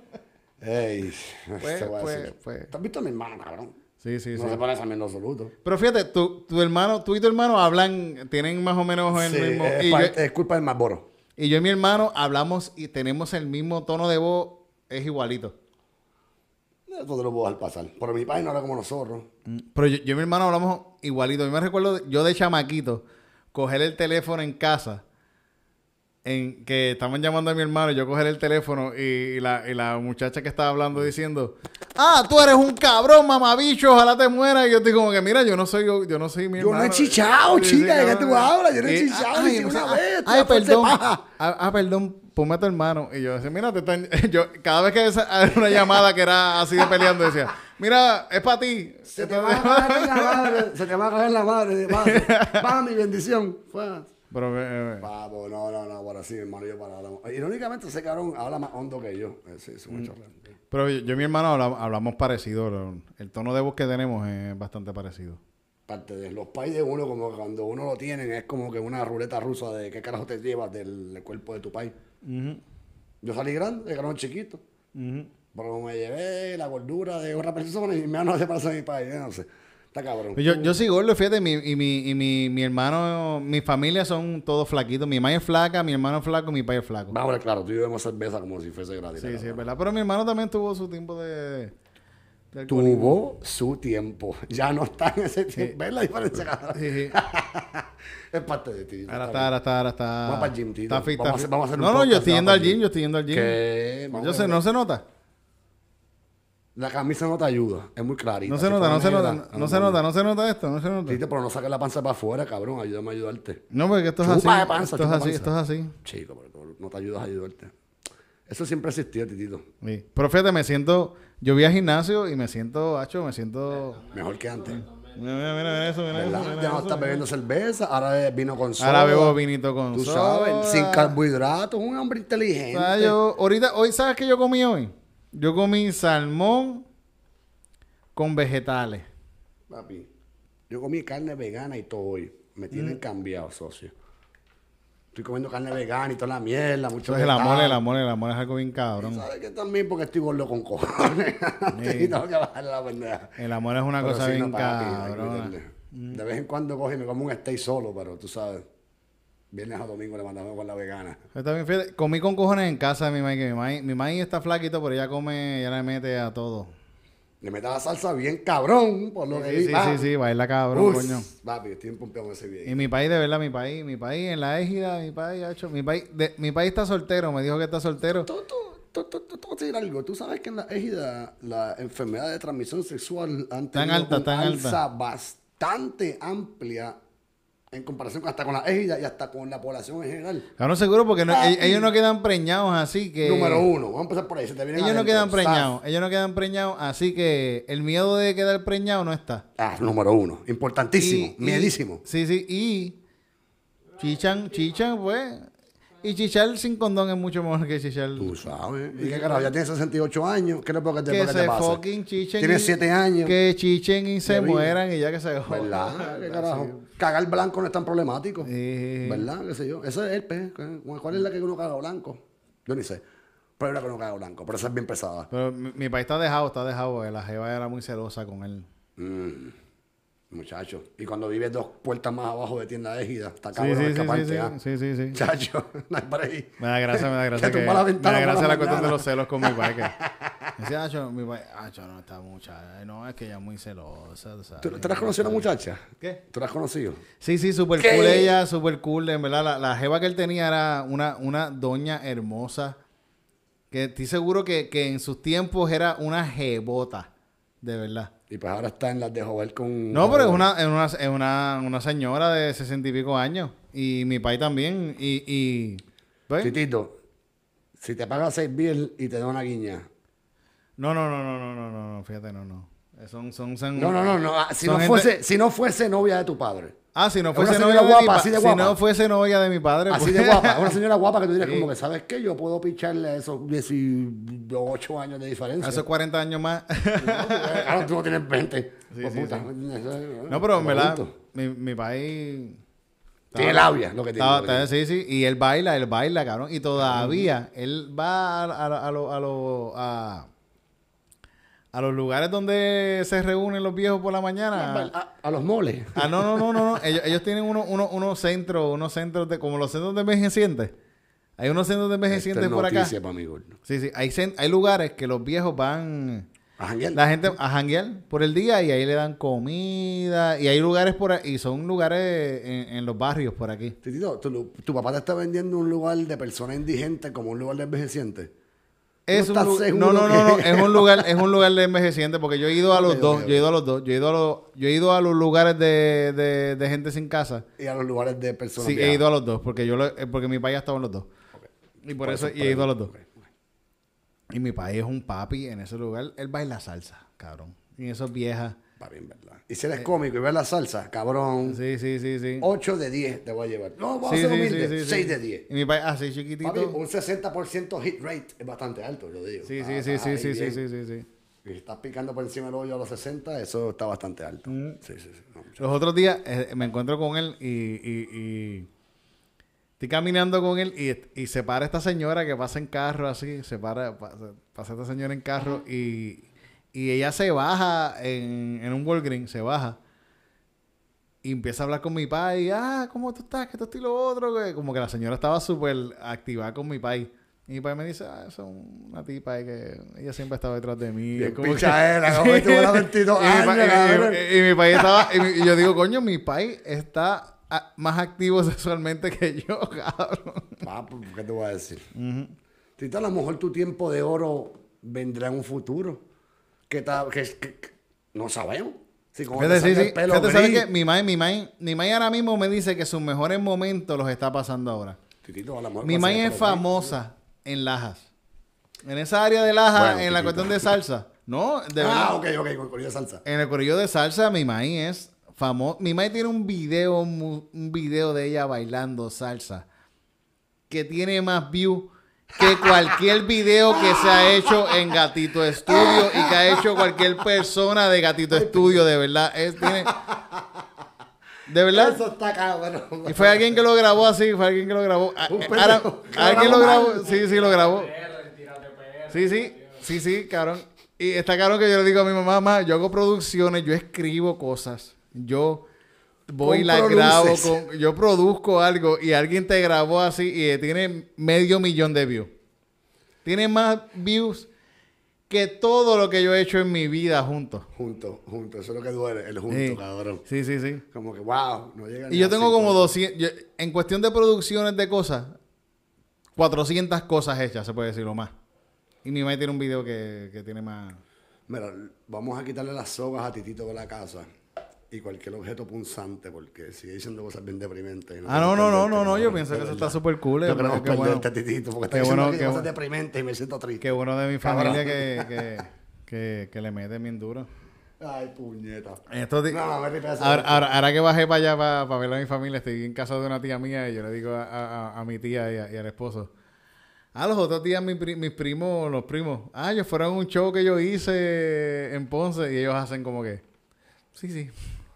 Ey, Fue- te voy a fue- decir. fue. ¿Tú has visto a mi hermano, cabrón? Sí, sí, No sí. se parece a mí en lo absoluto. Pero fíjate, tu, tu hermano, tú y tu hermano hablan, tienen más o menos el Sí, mismo... es, y yo- parte- es culpa del Marlboro. Y yo y mi hermano hablamos y tenemos el mismo tono de voz, es igualito. Eso te lo puedo dejar pasar. Pero mi padre no era como nosotros. Pero yo, yo y mi hermano hablamos igualito. Yo me recuerdo, de- yo de chamaquito, coger el teléfono en casa en que estaban llamando a mi hermano y yo coger el teléfono y, y, la, y la muchacha que estaba hablando diciendo, ah, tú eres un cabrón, mamabicho, ojalá te mueras. Y yo estoy como que, mira, yo no soy yo, yo no soy mi Yo hermano. no he chichado, Sí, chica, sí, ¿de qué no, tú no. hablas? Yo no he Y, chichado ay, ni no, una ay, vez. Ay, estoy a fuerza de perdón. paja. Ah, ah, perdón, ponme a tu hermano. Y yo decía, mira, te están... yo, cada vez que esa- había una llamada que era así de peleando, decía, mira, es para ti. Se te va a caer en la madre, se te va a caer en la madre de paso. Va mi bendición. Fue. Pero, eh, eh, Papo, no, no, no, por así, hermano, yo para hablar. Irónicamente, ese cabrón habla más hondo que yo. Eh, Sí, es mucho. pero yo, yo y mi hermano hablamos, hablamos parecido. lo- El tono de voz que tenemos es bastante parecido. Parte de los pais de uno, como que cuando uno lo tiene, es como que una ruleta rusa de qué carajo te llevas del, del cuerpo de tu país. Ujú, Yo salí grande, de cabrón chiquito. ujú. Pero me llevé la gordura de otra persona y mi hermano se parece a mi país. Yo no sé. Está cabrón. Yo, yo soy gordo, fíjate, mi, y, mi, y mi, mi hermano, mi familia son todos flaquitos. Mi mamá es flaca, mi hermano es flaco, mi padre es flaco. Vamos a ver, claro, tú y yo bebemos cerveza como si fuese gratis. Sí, la sí, es cabrón. verdad. Pero mi hermano también tuvo su tiempo de... de alcoholismo. Tuvo su tiempo. Ya no está en ese tiempo. ¿Ves la diferencia, cabrón? Sí, sí. Es parte de ti. Ahora está, ahora está, ahora está... Vamos para el gym, Tito. Está fit, Vamos a está hacer- fit. vamos a hacer un No, no, podcast, yo estoy vamos yendo para al el gym, gym. yo estoy yendo al gym. ¿Qué? Vamos Yo a sé, ver. no se nota. La camisa no te ayuda. Es muy clarita. No se Si nota, fuera no se negra, nota, a no lo se mejor. nota, no se nota esto, no se nota. Tito, pero no saques la panza para afuera, cabrón. Ayúdame a ayudarte. No, porque esto es así. Chupa de panza, Esto es chupa así, panza. esto es así. Chico, pero tú no te ayudas a ayudarte. Eso siempre existió, Titito. Sí. Pero fíjate, me siento... Yo voy al gimnasio y me siento, hacho, me siento... Mejor que antes. Mira, mira, mira eso, mira eso, ¿Verdad? mira Ya no eso, estás mira. bebiendo cerveza, ahora es vino con soda. Ahora bebo vinito con Tú soda. sabes, sin carbohidratos, un hombre inteligente. O sea, yo, ahorita, hoy, ¿sabes qué yo comí hoy? Yo comí salmón con vegetales. Papi, yo comí carne vegana y todo hoy. Me tienen cambiado, socio. Estoy comiendo carne vegana y toda la mierda, mucho Entonces, la vegetal. mole, la mole, la mole es algo bien cabrón. ¿Sabes qué? También porque estoy gordo con cojones. Sí. Tengo que bajarle la pendeja. El amor es una Pero cosa sí, bien no, papi, hay que cabrona. meterle. De vez en cuando coge y me como un steak solo, pero tú sabes, viernes a domingo le mandamos con la vegana. Está bien, fíjate, comí con cojones en casa de mi mamá, que mi mamá, mi mamá está flaquito, pero ella come, ella le mete a todo. Le metas la salsa bien cabrón, por lo que Sí, vi, sí, papi. sí, sí, baila cabrón, Uf, coño. Papi, estoy empompeado con ese video. Y mi país, de verdad, mi país, mi país, en la égida, mi país, hacho, mi país, de- mi país está soltero, me dijo que está soltero. Tú, tú, tú, tú, tú, tú vas a decir algo. Tú sabes que en la égida la enfermedad de transmisión sexual han Tan tenido alta, un tan alza alta. bastante amplia en comparación con- hasta con la égida y hasta con la población en general. Cabrón, seguro, porque no- Papi. e- ellos no quedan preñados así que... Número uno, vamos a empezar por ahí. Se te vienen Ellos no adentro. quedan preñados, Zas. ellos no quedan preñados, así que el miedo de quedar preñado no está. Ah, número uno. Importantísimo. Y- y- miedísimo. Sí, sí, y chichan, chichan, pues. Y chichar sin condón es mucho mejor que chichar. Tú sabes. ¿Y qué carajo? Ya tienes sesenta y ocho años. ¿Qué es lo que te, Que lo que te se pasa? fucking chichen. Tienes y- siete años. Que chichen y se De vida. mueran y ya que se jodan. ¿Verdad? ¿Qué carajo? Cagar blanco no es tan problemático. Sí. ¿Verdad? ¿Qué sé yo? Eso es el pez. ¿Cuál es la que uno caga blanco? Yo ni sé. Pero es la que uno caga blanco. Pero esa es bien pesada. Pero mi, mi país está dejado, está dejado. porque La jeva era muy celosa con él. Mm, muchacho. Y cuando vives dos puertas más abajo de tienda égida, está Sí, cabrón sí, sí, escaparte, sí, ¿ah? sí, sí, sí. Chacho, no hay por ahí. Me da gracia, me da gracia Te que... tumba la Me ventana da por gracia la la cuestión mañana. de los celos con mi país. Que... Me decía, Acho, mi país... Acho, no, está mucha... No, es que ella es muy celosa, ¿sabes? ¿Tú, ¿tú la has conocido a la muchacha? ¿Qué? ¿Tú la has conocido? Sí, sí, súper ¿Qué? cool ella, súper cool. En verdad, la, la jeva que él tenía era una, una doña hermosa. Que estoy seguro que, que en sus tiempos era una jebota. De verdad. Y pues ahora está en las de Jovel con... No, pero es una, es una, es una, una señora de sesenta y pico años. Y mi país también. Y... y ¿ves? Titito, si te pagas seis bills y te da una guiña... No, no, no, no, no, no, no, no, fíjate, no, no. Son, son, son... No, no, no, no. ah, Si son no, gente- fuese, si no fuese novia de tu padre. Ah, si no Es una fuese señora novia de guapa, mi pa- así de Si guapa. no fuese novia de mi padre, Así pues- de guapa. Es una señora guapa que tú dirías Sí. como que, ¿sabes qué? Yo puedo picharle a esos dieciocho años de diferencia. A esos cuarenta años más. Claro, tú no tienes veinte. Sí, Pues sí, puta, sí. eso es, No, pero en como verdad, adulto. mi, mi país... Tiene estaba- labia, lo que tiene. estaba- lo que tiene. estaba- sí, sí. Y él baila, él baila, cabrón. Y todavía él va a, a, a, lo- a, lo- a, a los lugares donde se reúnen los viejos por la mañana. A, a los moles. Ah, no, no, no, no. no. Ellos, ellos tienen unos uno, unos centros, unos centros de... Como los centros de envejecientes. Hay unos centros de Esta envejecientes es por acá. noticia para mi gordo. Sí, sí. Hay, cen- hay lugares que los viejos van ¿A janguear? La gente a janguear por el día y ahí le dan comida. Y hay lugares por ahí, y son lugares en, en los barrios por aquí. Titito, ¿tu, tu papá te está vendiendo un lugar de personas indigentes como un lugar de envejecientes. Es ¿No un estás lu- seguro no, no, no, no, que- es un lugar, es un lugar de envejecientes porque yo he ido a los Ok, dos, ok, yo he ido ok. a los dos, yo he ido a los, yo he ido a los lugares de, de, de gente sin casa. Y a los lugares de personas Sí, he viejas. ido a los dos porque yo lo- eh, porque mi país ha estado en los dos. Y por, eso, y he ido a los dos. Ok, ok. Y mi país es un papi en ese lugar, él baila salsa, cabrón. Y eso es vieja. Papi, en verdad. Y si eres cómico y ves la salsa, cabrón, Sí, sí, sí, sí. ocho de diez te voy a llevar. No, vamos Sí, a ser sí, humildes, sí, sí, sí. seis de diez. Y mi país así chiquitito. Papi, un sesenta por ciento hit rate es bastante alto, yo digo. Sí, sí, Ah, sí, ah, sí, ahí sí, sí, bien. sí, sí, sí. Y si estás picando por encima del hoyo a los sesenta, eso está bastante alto. Sí, sí, sí. No, mucho. Los otros días eh, me encuentro con él y, y, y estoy caminando con él y, y se para esta señora que pasa en carro así, se para, pasa, pasa esta señora en carro y, y ella se baja en, en un Walgreens, se baja y empieza a hablar con mi pai, ah, ¿cómo tú estás? Que esto esto y lo otro, güey. Como que la señora estaba súper activada con mi pai. Y mi pai me dice, ah, eso es una tipa ahí que ella siempre estaba detrás de mí. Bien Como que- pichadera, como tuvo la veintidós y, mi años, pa- y- cabrón. y- y mi país estaba... Y, mi- y yo digo, coño, mi país está ah, más activo sexualmente que yo, cabrón. Ah, pues, ¿qué te voy a decir? Tito, a lo mejor tu tiempo de oro vendrá en un futuro. Que, ta- que, que- que- no sabemos. Si como Fíjate, te sí, salga sí. el pelo Fíjate, ¿sabes gris. qué? Mi mai, mi mai, mi mai ahora mismo me dice que sus mejores momentos los está pasando ahora. Titito, a lo mejor Mi va a mai ser es pelo famosa en Lajas. En esa área de Lajas, Bueno, en la Titito. cuestión de salsa. No, de gris. Ah, verdad. ok, ok, con corrido de salsa. En el corillo de salsa, mi mai es famoso. Mi mai tiene un video, mu- un video de ella bailando salsa que tiene más views que cualquier video que se ha hecho en Gatito Studio y que ha hecho cualquier persona de Gatito Studio, de verdad. Es, tiene... De verdad. Eso está cabrón. Y fue alguien que lo grabó así, fue alguien que lo grabó. Ah, Un eh, pendejo. ahora, Lo alguien lo grabó grabó, mal. sí, sí, lo grabó. Sí, sí, sí, sí, cabrón. Y está cabrón que yo le digo a mi mamá, mamá, yo hago producciones, yo escribo cosas, yo voy y la Compro grabo, luces. con, yo produzco algo y alguien te grabó así y eh, tiene medio millón de views. Tiene más views que todo lo que yo he hecho en mi vida juntos. Junto, junto. Eso es lo que duele, el junto, Sí, cabrón. sí, sí, sí. Como que, wow, no llega ni Y yo a tengo cinco. como doscientos, yo- en cuestión de producciones de cosas, cuatrocientas cosas hechas, se puede decir, o más. Y mi mamá tiene un video que, que tiene más... Mira, vamos a quitarle las sogas a Titito de la casa y cualquier objeto punzante porque sigue diciendo cosas bien deprimentes. Ah, no, no, no, no, no, yo cabrón, pienso de que eso verdad. está súper cool. Yo eh, creo qué que bueno. perderte, Titito, porque está Qué diciendo bueno, que qué cosas bueno. deprimentes y me siento triste. Qué bueno de mi Cabrón. familia que, que, que, que le meten bien duro. Ay, puñeta. Esto di- No, no, me ripea eso. ahora, ahora, ahora que bajé para allá para, para ver a mi familia, estoy en casa de una tía mía y yo le digo a, a- a mi tía y, a- y al esposo. Ah, los otros días mi pri- mis primos, los primos, ah, ellos fueron a un show que yo hice en Ponce y ellos hacen como que, sí, sí.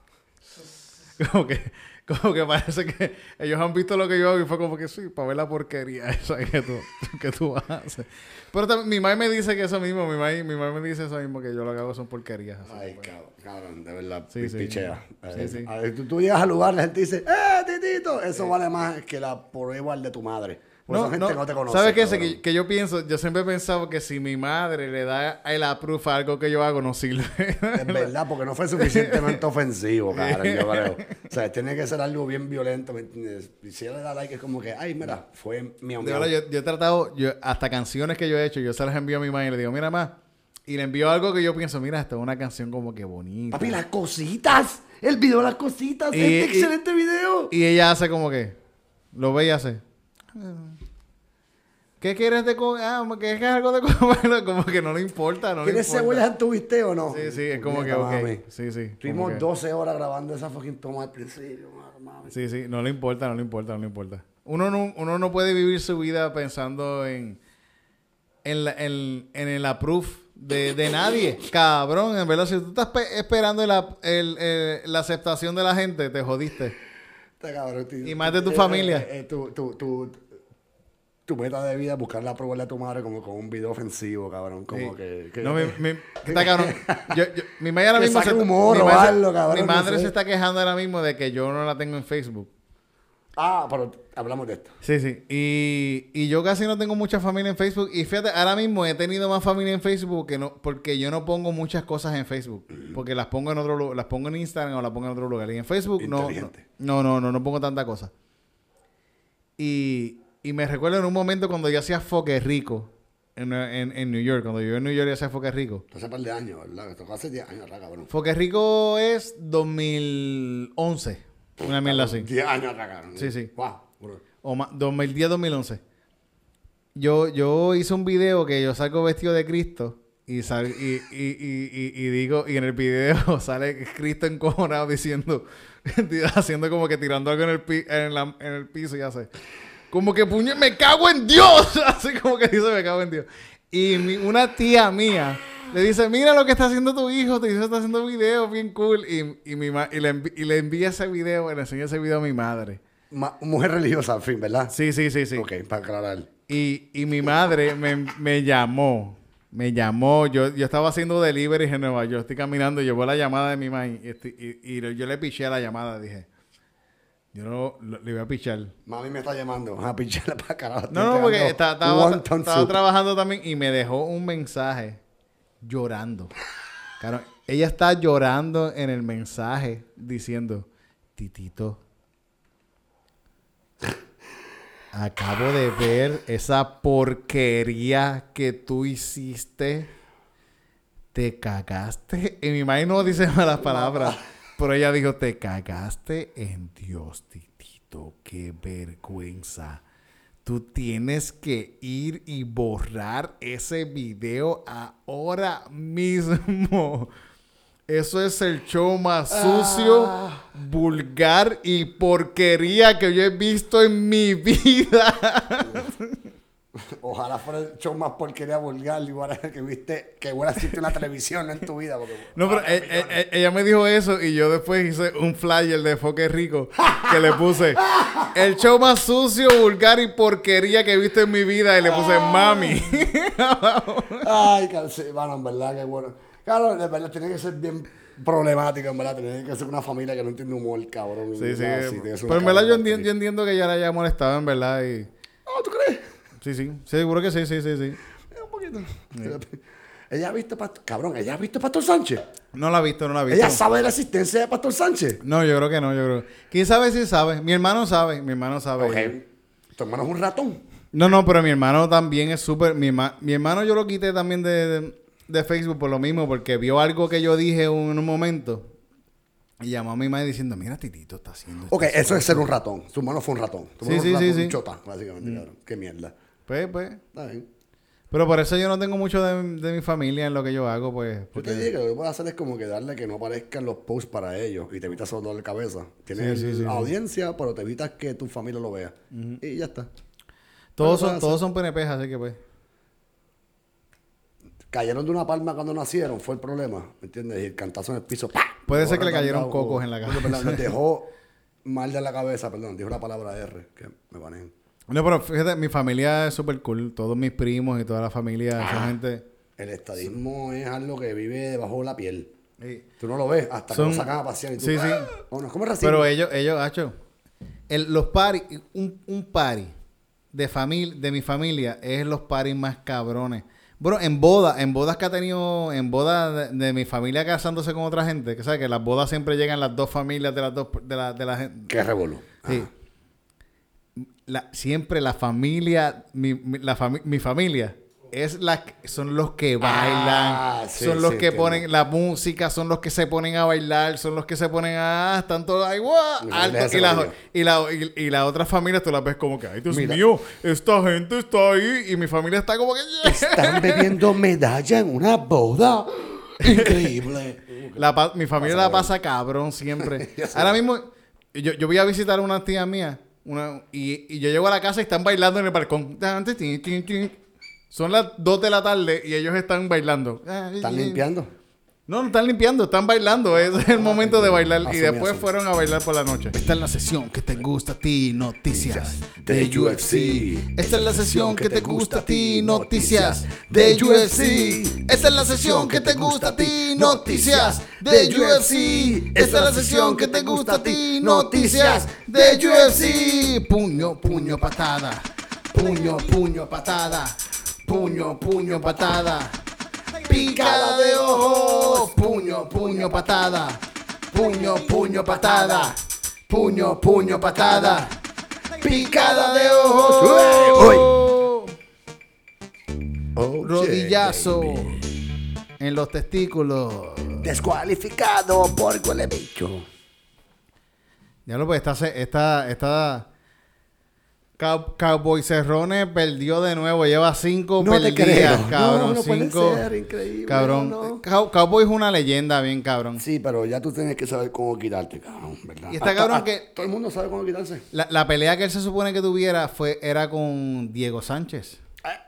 Como que, como que parece que ellos han visto lo que yo hago y fue como que sí, para ver la porquería esa que tú, que tú haces. Pero también, mi mamá me dice que eso mismo, mi mamá, mi mamá me dice eso mismo, que yo lo que hago son porquerías. así. Ay, cabrón, cabrón, de verdad, Sí, pi- sí. pichea. Sí, Eh, sí. a ver, tú, tú llegas al lugar, la gente dice, ¡eh, Titito! Eso vale más que la prueba de tu madre. Porque esa gente no, te conoce. ¿Sabes qué? Ese cabrón. Que, que yo pienso, yo siempre he pensado que si mi madre le da el approve a algo que yo hago, no sirve. Es verdad, porque no fue suficientemente ofensivo, cara, yo creo. O sea, tiene que ser algo bien violento, ¿me entiendes? Y si ella le da like, es como que, ay, mira, fue mi De verdad, yo, yo he tratado, yo, hasta canciones que yo he hecho, yo se las envío a mi madre y le digo, mira más, y le envío algo que yo pienso, mira, esto es una canción como que bonita. Papi, las cositas. El video de las cositas. Y- este y- excelente video. Y ella hace como que, lo ve y hace. ¿Qué quieres de comer? Ah, ¿qué es algo de comer? Como que no le importa, no le ¿Quieres importa. cebollas en tu bistec o no? Sí, sí, es como que, Puñeta, ok. mami. Sí, sí. Estuvimos como que- doce horas grabando esa fucking toma al principio, mami. Sí, sí, no le importa, no le importa, no le importa. Uno no, uno no puede vivir su vida pensando en, en, la- en, en el approve de, de nadie. Cabrón, en verdad, si tú estás pe- esperando el ap- el- el- la aceptación de la gente, te jodiste. Está cabrón, tío. Y más de tu Eh, familia. eh, eh, tu, tu, tu, tu meta de vida es buscar la prueba de tu madre como con un video ofensivo, cabrón. Como Sí. que, que- No, mi, mi- está cabrón. Yo, yo- mi madre ahora Que mismo saque se, humor mi o madre, algo, cabrón, mi no madre sé. se está quejando ahora mismo de que yo no la tengo en Facebook. Ah, pero hablamos de esto. Sí, sí. Y, y yo casi no tengo mucha familia en Facebook. Y fíjate, ahora mismo he tenido más familia en Facebook que no, porque yo no pongo muchas cosas en Facebook. Porque las pongo en otro lugar, las pongo en Instagram o las pongo en otro lugar. Y en Facebook no, no, no, no, no pongo tanta cosa. Y, y me recuerdo en un momento cuando yo hacía Foque Rico en, en, en New York. Cuando yo en New York hacía Foque Rico. Hace un par de años, ¿verdad? Esto fue hace diez años atrás, cabrón. Foque Rico es dos mil once. Una mierda así. diez años atrás, cabrón. Sí, sí. Wow. Bro. O más, dos mil diez, dos mil once. Yo, yo hice un video que yo salgo vestido de Cristo y, sal, y, y, y, y, y digo, y en el video sale Cristo encojonado diciendo, haciendo como que tirando algo en el, pi, en, la, en el piso y hace, como que puñe, me cago en Dios, así como que dice, me cago en Dios. Y mi, una tía mía le dice, mira lo que está haciendo tu hijo, tu hijo está haciendo videos bien cool. Y, y, mi ma y, le envi y le envía ese video, le enseñé ese video a mi madre. Ma mujer religiosa, al fin, ¿verdad? Sí, sí, sí, sí. Ok, para aclarar. Y, y mi madre me, me llamó. Me llamó. Yo, yo estaba haciendo deliveries en Nueva York. Estoy caminando y llevó la llamada de mi mamá. Y, y, y, y yo le piché a la llamada. Dije, yo no lo, le voy a pichar. Mami me está llamando. A picharle para carajo. No, no, porque está, estaba, estaba trabajando también y me dejó un mensaje llorando. Claro, ella está llorando en el mensaje diciendo, Titito, acabo de ver esa porquería que tú hiciste. Te cagaste. Y mi madre no dice malas palabras. Pero ella dijo, te cagaste en Dios, Titito. Qué vergüenza. Tú tienes que ir y borrar ese video ahora mismo. Eso es el show más sucio, ah. vulgar y porquería que yo he visto en mi vida. Ojalá fuera el show más porquería vulgar igual que viste, que igual asiste en la televisión, no en tu vida. Porque, no, pero eh, eh, ella me dijo eso y yo después hice un flyer de Foque Rico que le puse el show más sucio, vulgar y porquería que he visto en mi vida y le puse mami. Ay, sí, bueno, en verdad, que bueno. Claro, de verdad, tiene que ser bien problemático, en verdad. Tiene que ser una familia que no entiende humor, cabrón. Sí, sí. Así, pero en verdad yo entiendo, yo entiendo que ella la haya molestado, en verdad. Y... Oh, ¿tú crees? Sí, sí. Seguro que sí, sí, sí, sí. Un poquito. Sí. ¿Ella ha visto Pastor... Cabrón, ¿ella ha visto a Pastor Sánchez? No la ha visto, no la ha visto. ¿Ella sabe la existencia de Pastor Sánchez? No, yo creo que no, yo creo. ¿Quién sabe si sabe? Mi hermano sabe, mi hermano sabe. Ok. ¿Tu hermano es un ratón? No, no, pero mi hermano también es súper... Mi, mi hermano yo lo quité también de... de de Facebook por lo mismo, porque vio algo que yo dije en un momento y llamó a mi madre diciendo, mira, Titito está haciendo ok, eso cosa. Es ser un ratón. Su hermano fue un ratón. Tu sí, sí, un sí, ratón, sí. Un chota, básicamente, mm. cabrón. Qué mierda. Pues, pues. Está bien. Pero por eso yo no tengo mucho de, de mi familia en lo que yo hago, pues. Porque... Yo te digo, lo que puedo hacer es como que darle que no aparezcan los posts para ellos y te evitas solo dolor de cabeza. Tienes sí, sí, sí, audiencia, sí. pero te evitas que tu familia lo vea. Uh-huh. Y ya está. Todos son, todos son P N P, así que pues. Cayeron de una palma cuando nacieron, fue el problema, ¿me entiendes? Y el cantazo en el piso, ¡pah! Puede ser que le cayeron cocos en la cabeza. Nos dejó mal de la cabeza, perdón, dijo la palabra R, que me manejan. No, pero fíjate, mi familia es súper cool, todos mis primos y toda la familia, ah, esa gente... El estadismo es algo que vive debajo de la piel. Sí. Tú no lo ves hasta Son... que lo sacan a pasear y tú... Sí, sí. ¡Ah! Oh, no, es como racismo. Pero ellos, ellos, hacho, el, los paris, un, un party de, familia, de mi familia es los paris más cabrones. Bueno, en bodas, en bodas que ha tenido, en bodas de, de mi familia casándose con otra gente, que sabes que las bodas siempre llegan las dos familias de las dos, de la, de la gente. Qué revolú. Sí. La, siempre la familia, mi, mi, la fami mi familia, es la, son los que bailan, ah, sí, son los sí, que entiendo. Ponen la música, son los que se ponen a bailar, son los que se ponen a... Están todos ahí, ¡guau! Alto, y, la, y, la, y, y las otras familias tú las ves como que, ¡ay, Dios Mira. mío! Esta gente está ahí y mi familia está como que... Están bebiendo medalla en una boda. Increíble. La, mi familia pasa la pasa cabrón siempre. Ahora mismo, yo, yo voy a visitar a una tía mía una, y, y yo llego a la casa y están bailando en el balcón. Son las dos de la tarde y ellos están bailando. ¿Están limpiando? No, no están limpiando, están bailando. Ese es el momento de bailar. Así Y después mismo. fueron a bailar por la noche. Esta es la sesión que te gusta a ti, noticias de U F C. Esta es la sesión que te gusta a ti, noticias de U F C. Esta es la sesión que te gusta a ti, noticias de U F C. Esta es la sesión que te gusta a ti, noticias de U F C. Puño, puño, patada. Puño, puño, patada. Puño, puño, patada. Picada de ojos. Puño, puño, patada. Puño, puño, patada. Puño, puño, patada. Picada de ojos. Oh, Rodillazo yeah, baby. en los testículos. Descualificado por huele bicho. Ya lo pues, esta, esta, esta Cow- Cowboy Cerrone perdió de nuevo. Lleva cinco No te perdidas, creo. cabrón. No, no puede cinco. ser, increíble, Cabrón. no. Cow- Cowboy es una leyenda, bien cabrón. Sí, pero ya tú tienes que saber cómo quitarte, cabrón, ¿verdad? Y está cabrón ah, que- todo el mundo sabe cómo quitarse. La, la pelea que él se supone que tuviera fue, era con Diego Sánchez.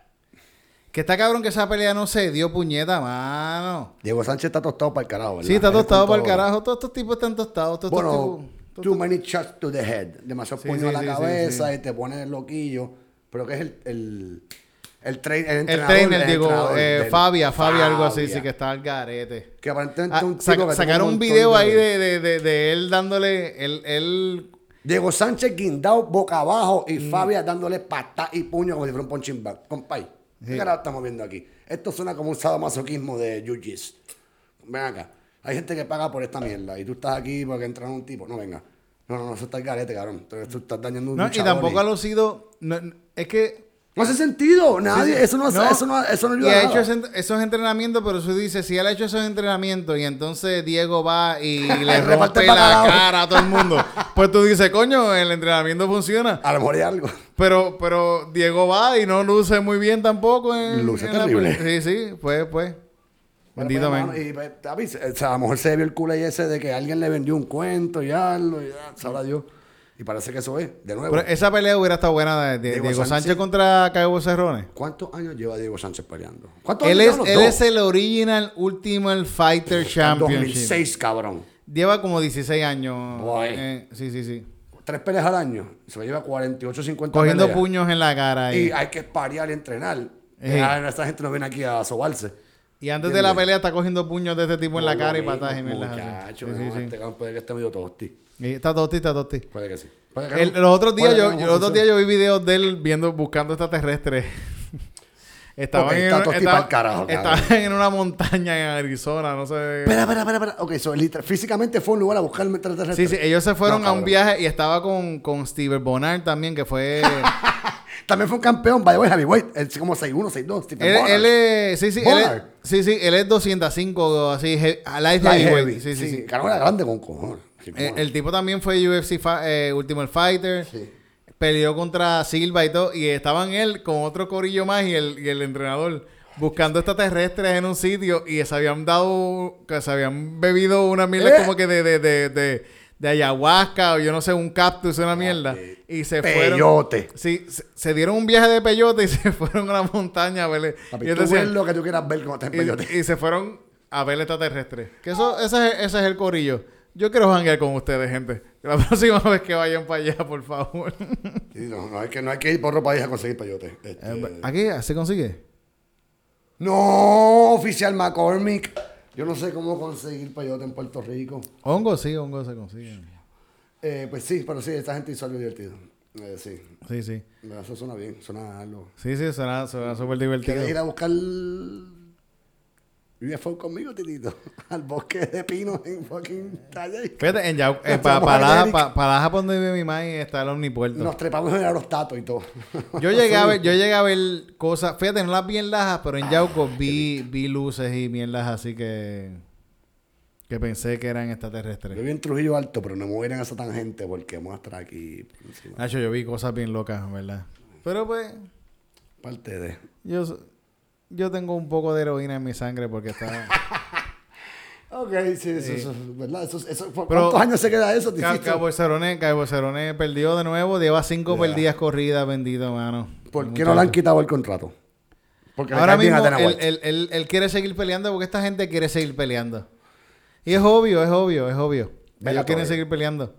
Que está cabrón que esa pelea no se dio puñeta, mano. Diego Sánchez está tostado para el carajo, ¿verdad? Sí, está Él tostado con para el todo. carajo. Todos estos tipos están tostados. Todos estos Bueno, tipos- todos too estos- many shots to the head. Demasiado Sí, puño sí, a la sí, sí, cabeza sí. y te pones loquillo. Pero que es el... el el, train, el El entrenador, trainer, digo, entrenador eh, del- Fabia, Fabia, algo así, Fabia. sí, que está al garete. Que aparentemente Ah, un tipo saca- que tiene sacaron un montón video ahí de, de, de, de él dándole, él, él Diego Sánchez guindado boca abajo y Mm. Fabia dándole patá y puño como si fuera un punching bag. Compay, ¿qué Sí. carajo estamos viendo aquí? Esto suena como un sadomasoquismo de jiu-jitsu. Ven acá. Hay gente que paga por esta mierda y tú estás aquí porque entra un tipo. No, venga. No, no, no, eso está el garete, cabrón. Entonces tú estás dañando un no, y luchador tampoco ha lucido, no, es que No hace sentido. Nadie, Sí, sí. Eso, no, No. eso, no, eso no y ayuda ha a hecho nada. ese- esos entrenamientos, pero tú dices, si él ha hecho esos entrenamientos y entonces Diego va y le Reparte rompe la bacalao. cara a todo el mundo, pues tú dices, coño, el entrenamiento funciona. A lo mejor hay algo. Pero, pero Diego va y no luce muy bien tampoco. En, Luce en la terrible. pelea. Sí, sí, pues, pues. Bendito, Bueno, man. pues, hermano, y, pues, David, o sea, a lo mejor se vio el culo ahí ese de que alguien le vendió un cuento y algo, y ya, sabrá Dios. Y parece que eso es, de nuevo. Pero esa pelea hubiera estado buena de, de- Diego Diego, Sánchez, Sánchez contra Cowboy Cerrone. ¿Cuántos años lleva Diego Sánchez peleando? ¿Cuántos Él años es, llevan los él dos? es el original Ultimate Fighter Championship. dos mil seis, cabrón. Lleva como dieciséis años. Boy. Eh, sí, sí, sí. Tres peleas al año. Se lleva cuarenta y ocho, cincuenta Cogiendo peleas. puños en la cara. Y Y, hay que parear y entrenar. Ey. Ya, esta gente no viene aquí a sobarse. y antes de la pelea está cogiendo puños de este tipo en la cara y patadas y mierdas así. Muchacho, Sí, sí, no, sí. este cabrón puede que esté medio tosti. Y está tosti, está tosti. Puede que sí. Puede que El- no. los otros días Puede yo, que no, los otros no días sé. yo vi videos de él viendo, buscando extraterrestres. Estaban Ok, en, está tosti estaban- pa'l carajo, cabrón. estaban en una montaña en Arizona, no sé. Espera, espera, espera, espera. Ok, so, literal- físicamente fue un lugar a buscar el extraterrestre. Sí, sí, ellos se fueron No, a un cabrón. viaje y estaba con, con Steve Bonard también, que fue... También fue un campeón, by the way, heavyweight. Él es como seis uno, seis dos. Stephen él, Bonner. él es... Sí, sí, él es, Bonard. sí, sí, él es doscientos cinco, así, he- a light Light heavyweight. heavy. Sí, sí, sí. Carajo, era grande con cojones. Sí, Eh, cómo no. el tipo también fue U F C fa- eh, Ultimate Fighter. Sí. Peleó contra Silva y todo. Y estaban él con otro corillo más y el, y el entrenador buscando extraterrestres en un sitio. Y se habían dado... Que se habían bebido una mierda ¿Eh? como que de, de, de, de, de ayahuasca o yo no sé, un cactus, una mierda. Y se fueron... Peyote. Sí, se, se dieron un viaje de peyote y se fueron a la montaña a verle. Papi, y, tú ellos decían- ves lo que tú quieras ver como está en peyote. y, y se fueron a ver extraterrestres. Que eso, ese, es, ese es el corillo. Yo quiero janguear con ustedes, gente. La próxima vez que vayan para allá, por favor. Sí, no, no, hay que, no hay que ir por otro país a conseguir peyote. Este, ¿Aquí se consigue? No, oficial McCormick. Yo no sé cómo conseguir peyote en Puerto Rico. Hongo, sí, hongo se consigue. Eh, pues sí, pero sí, esta gente hizo algo divertido. Eh, sí, Sí, sí. eso suena bien, suena algo. Sí, sí, suena suena súper divertido. ¿Quieres ir a buscar U F O conmigo, titito? Al bosque de pinos en fucking Talle. Fíjate, en Yau- eh, Nos para vamos pa, a la, Eric. pa, pa la Japón donde vive mi mãe está el omnipuerto. Nos trepamos en aerostato y todo. Yo llegué a ver, yo llegué a ver cosas, fíjate, no las vi en Lajas, pero en Yauco vi, vi luces y mierdas así que que pensé que eran Yo extraterrestres. vivo en Trujillo Alto, pero no me voy a ir en esa tangente porque vamos a estar aquí por encima. Nacho, yo vi cosas bien locas, ¿verdad? Pero pues, Parte de... yo, s- yo tengo un poco de heroína en mi sangre porque está... Ok, sí, eso, eso, ¿verdad? Eso, eso, ¿por Pero- ¿Cuántos años se queda eso, Ca- titito? Cabo Cerrone, Cabo Cerrone perdió de nuevo, lleva cinco Ya. perdidas corridas, bendito, mano. ¿Por qué Muchacho. no le han quitado el contrato? Porque le Ahora cae bien mismo a Dana él, White. él, él, él quiere seguir peleando porque esta gente quiere seguir peleando. Y es obvio, es obvio, es obvio. Venga, Ellos quieren todavía. seguir peleando.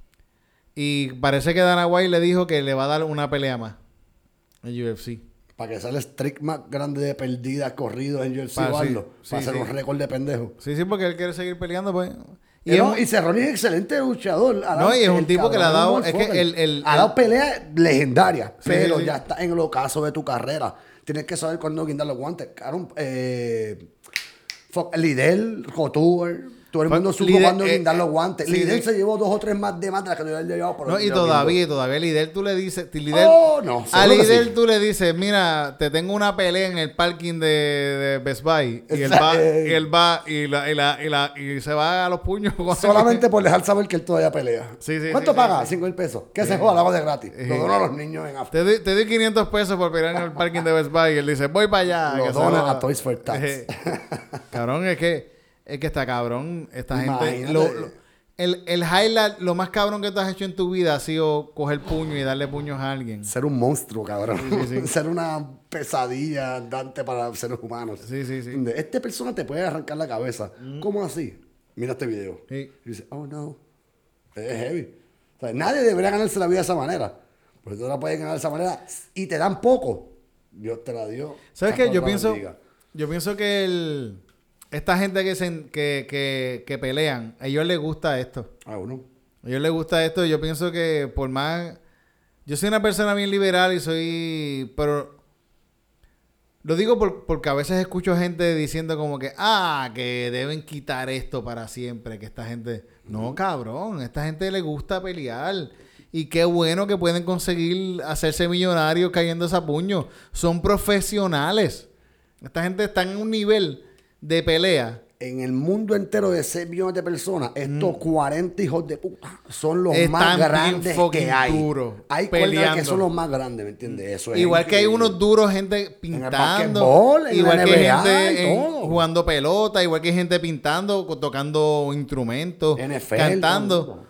Y parece que Dana White le dijo que le va a dar una pelea más en U F C. Para que sea el streak más grande de perdidas corridos en U F C Pa- o sí, algo. sí, Para hacer sí. un récord de pendejo. Sí, sí, porque él quiere seguir peleando, pues. Y, es no, un- y Cerrone es excelente luchador. Ha No, dado- y es un el tipo que le ha cabrón dado- un es que motherfucker. el- el- ha dado peleas legendarias, Sí, pero sí, sí. ya está en el ocaso de tu carrera. Tienes que saber cuándo guindar los guantes. Cabrón, eh, fuck, Lidl, Couture, todo el Fuck, mundo supo Lidl, cuándo eh, guindar eh, los guantes. sí, Lidl sí. se llevó dos o tres más de más de las que yo había llevado. pero No, y yo todavía, guindo. todavía a Lidl tú le dices... Lidl, Oh, no, a seguro que Lidl sí. tú le dices, mira, te tengo una pelea en el parking de, de Best Buy. Y él Esa- va, eh. y él va y, la, y, la, y, la, y se va a los puños. con- Solamente por dejar saber que él todavía pelea. Sí, sí, ¿Cuánto sí, paga? sí, sí. Cinco mil pesos. ¿Qué se joda? Lo hago de gratis. Sí. Lo dono a los niños en África. Te doy, te doy quinientos pesos por pelear en el parking de Best Buy. Y él dice, voy para allá. Lo que se dona joda. a Toys for Tots. Eh, cabrón, es que, es que está cabrón. Esta gente... Imagínate. Lo, lo- el, el highlight, lo más cabrón que tú has hecho en tu vida ha sido coger puño y darle puños a alguien. Ser un monstruo, cabrón. Sí, sí. Ser una pesadilla andante para los seres humanos. Sí, sí, sí. ¿Entiendes? Esta persona te puede arrancar la cabeza. ¿Cómo así? Mira este video. Sí. Y dice, oh no. Es heavy. O sea, nadie debería ganarse la vida de esa manera. Porque tú no la puedes ganar de esa manera y te dan poco. Dios te la dio. ¿Sabes San qué? Yo Pablo pienso, bendiga. yo pienso que el, esta gente que, se, que, que, que pelean, a ellos les gusta esto. Ah, uno. A ellos les gusta esto. Yo pienso que por más... Yo soy una persona bien liberal y soy... Pero... Lo digo por, porque a veces escucho gente diciendo como que... Ah, que deben quitar esto para siempre. Que esta gente... No, cabrón. A esta gente le gusta pelear. Y qué bueno que pueden conseguir hacerse millonarios cayéndose a puños. Son profesionales. Esta gente está en un nivel de pelea. En el mundo entero de seis millones de personas, estos cuarenta hijos de puta son los Mm. Están más bien grandes fucking que hay. duros, Hay cuerdas peleando. que son los más grandes, ¿me entiendes? Eso es Igual que hay increíble. unos duros gente el pintando. basquetbol, en igual la que N B A gente y en- todo. jugando pelota. Igual que hay gente pintando, co- tocando instrumentos. N F L, cantando. todo.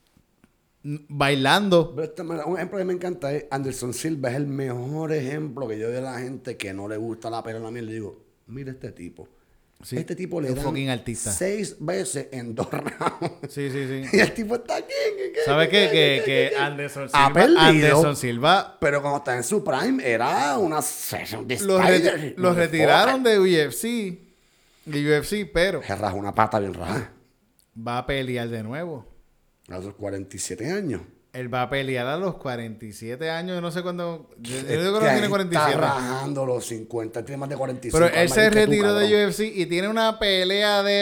n- Bailando. Pero esta- mira, un ejemplo que me encanta es Anderson Silva. Es el mejor ejemplo que yo doy a la gente que no le gusta la pelea a mí. Le digo, mira este tipo. Sí, Este tipo le un dan fucking artista. seis veces en dos rounds. Sí, sí, sí. Y el tipo está aquí. ¿qué, qué, ¿Sabes qué, qué? Que, qué, que qué? Anderson Ha Silva... perdido. Anderson Silva... Pero cuando está en su prime, era una session de Los, Spider. reti- los retiraron de U F C. De U F C, pero... Se raja una pata bien raja. va a pelear de nuevo. A los cuarenta y siete años. Él va a pelear a los cuarenta y siete años. Yo no sé cuándo... Yo, yo Es digo que no que tiene ahí cuarenta y está siete. rajando los cincuenta. Tiene más de cuarenta y cinco. Pero él se más que tú, retiró cabrón. de U F C y tiene una pelea de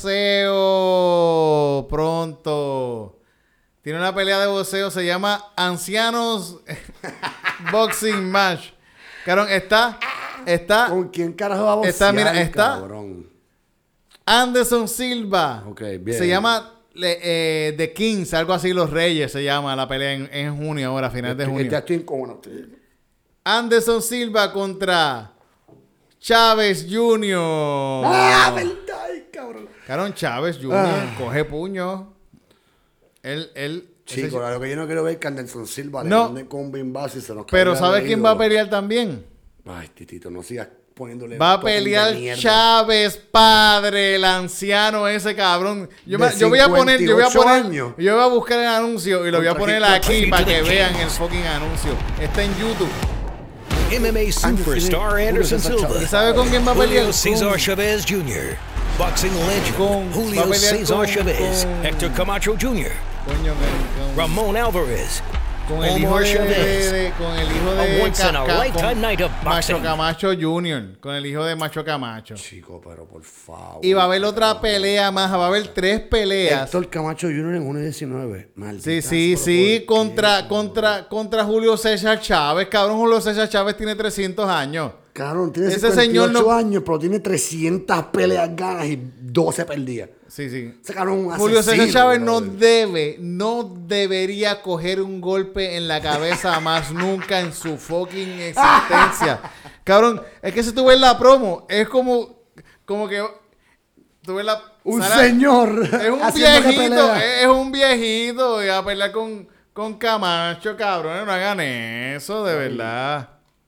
boxeo pronto. Tiene una pelea de boxeo. Se llama Ancianos Boxing Match. Cabrón, está... Está ¿Con quién carajo va a boxear, Está, mira, está- cabrón? Anderson Silva. Ok, bien. Se llama... le- eh, The Kings, algo así, Los Reyes se llama la pelea en, en junio ahora, a finales de junio. Ya estoy en cojones. Anderson Silva contra Chávez junior ¡Ah, verdad, ay, cabrón! Cabrón, Chávez junior Ah. coge puño. Él, él... ese Chico, ch- lo que yo no quiero ver es que Anderson Silva le No. manden con un bimbazo y se nos Pero caiga ¿sabes el quién va a ídolo. pelear también? Ay, titito, no sigas poniéndole... Va a topping de pelear mierda. Chávez padre, el anciano ese cabrón. Yo, De me- yo voy a poner, yo voy a cincuenta y ocho poner, años. yo voy a buscar el anuncio y lo voy a Contra poner Hitler. aquí para que Hitler. vean el fucking anuncio. Está en YouTube. M M A superstar Anderson Silva. ¿Y sabe con quién va a pelear? Julio Cesar Con- Chavez junior Boxing legend. Con- va a Julio pelear Cesar con- Chavez. con- Hector Camacho junior Coño, con, con- Ramon Alvarez. con el hijo Omar de, de- Chavez. de- con el hijo A de once in a Ca- Ca- lifetime con night of Macho boxing. Camacho junior Con el hijo de Macho Camacho. Chico, pero por favor. Y va a haber otra pelea más. Va a haber tres peleas. Héctor Camacho junior en uno diecinueve. Maldita, Sí, sí, pero sí, ¿por contra, qué, contra, contra Julio César Chávez. Cabrón, Julio César Chávez tiene trescientos años. Cabrón, tiene Ese cincuenta y ocho señor no- años, pero tiene trescientas peleas ganas y doce perdidas. Sí, sí. Ese cabrón es un Julio asesino, César Chávez no brother. debe, no debería coger un golpe en la cabeza más nunca en su fucking existencia. Cabrón, es que si tú ves la promo, es como, como que tú ves la... Un sale- señor. Es un haciendo que viejito, pelea. es, es un viejito y a pelear con, con Camacho, cabrón. No hagan eso, de verdad.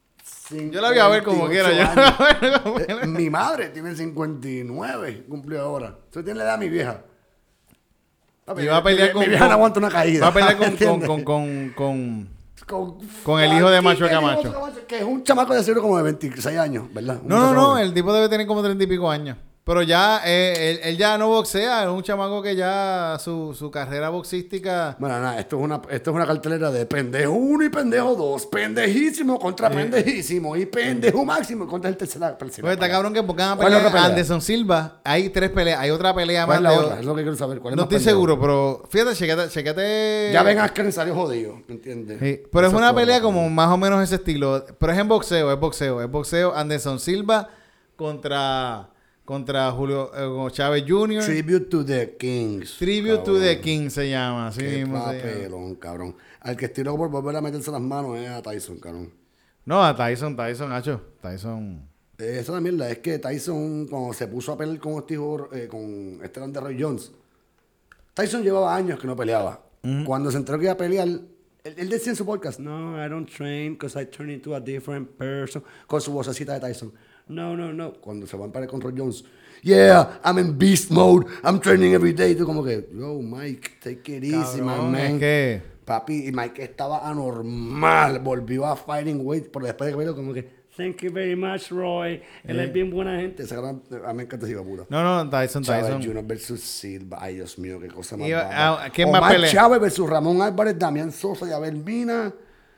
Yo la voy a ver como quiera. Yo la voy a ver como Eh, quiera. Mi madre tiene cincuenta y nueve, cumplió ahora. Eso tiene la edad de mi vieja. Papi, Y va a pelear mi, con... Mi vieja no aguanta una caída. Va a pelear con... con, ¿entiendes? con, con, con, Con, con el hijo de Macho el hijo de Camacho. Camacho, que es un chamaco de seguro como de veintiséis años, ¿verdad? Un No, no, muchacho no. joven. El tipo debe tener como treinta y pico años. Pero ya, eh, él, él ya no boxea. Es un chamaco que ya su, su carrera boxística... Bueno, nada, esto es una, esto es una cartelera de pendejo uno y pendejo dos, pendejísimo contra pendejísimo y pendejo máximo contra el tercera persona. Pues está cabrón que porque van a ¿Cuál es la pelear otra pelea? Anderson Silva. Hay tres peleas. Hay otra pelea ¿Cuál más es la de... otra? Es lo que quiero saber. ¿Cuál es No más estoy pendejo? seguro, pero fíjate, chécate, chécate. Ya ven a Askren salió jodido, ¿me entiendes? Sí, pero es Eso una todo. pelea como más o menos ese estilo. Pero es en boxeo, es boxeo. Es boxeo. Anderson Silva contra, contra Julio eh, Chávez junior Tribute to the Kings. Tribute to cabrón. the King se llama. Así Qué mismo se llama. papelón, cabrón. Al que estiró por volver a meterse las manos es a Tyson, cabrón. No, a Tyson, Tyson, Hacho. Tyson. Eh, Esa es la mierda, es que Tyson, cuando se puso a pelear con Steve, eh, con este de Roy Jones, Tyson llevaba años que no peleaba. Cuando se enteró que iba a pelear, él, él decía en su podcast, no, I don't train because I turn into a different person, con su vocecita de Tyson. No, no, no. Cuando se va a pelear con Roy Jones, yeah, I'm in beast mode, I'm training every day. Y tú como que, yo, Mike, take it easy, Cabrón, my man. es que... Papi, y Mike estaba anormal, volvió a fighting weight, por después de que peleó como que, thank you very much, Roy. Él es bien buena gente. Ese cabrón, a mí me encanta ese hijo de puta. No, no, Tyson, Chávez Tyson. junior versus Silva. Ay, Dios mío, qué cosa más. Y, bárbara. ah, ¿quién Omar más pelea? Chávez versus Ramón Álvarez, Damián Sosa y Abel Mina.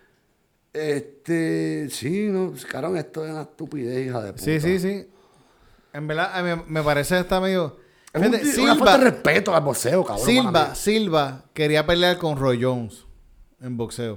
Este, sí, no, cabrón, esto es una estupidez, hija de puta. Sí, sí, sí. En verdad, a mí me parece está medio... Es un- Fíjate, una falta Silva, de respeto al boxeo, cabrón. Silva, mala Silva quería pelear con Roy Jones en boxeo.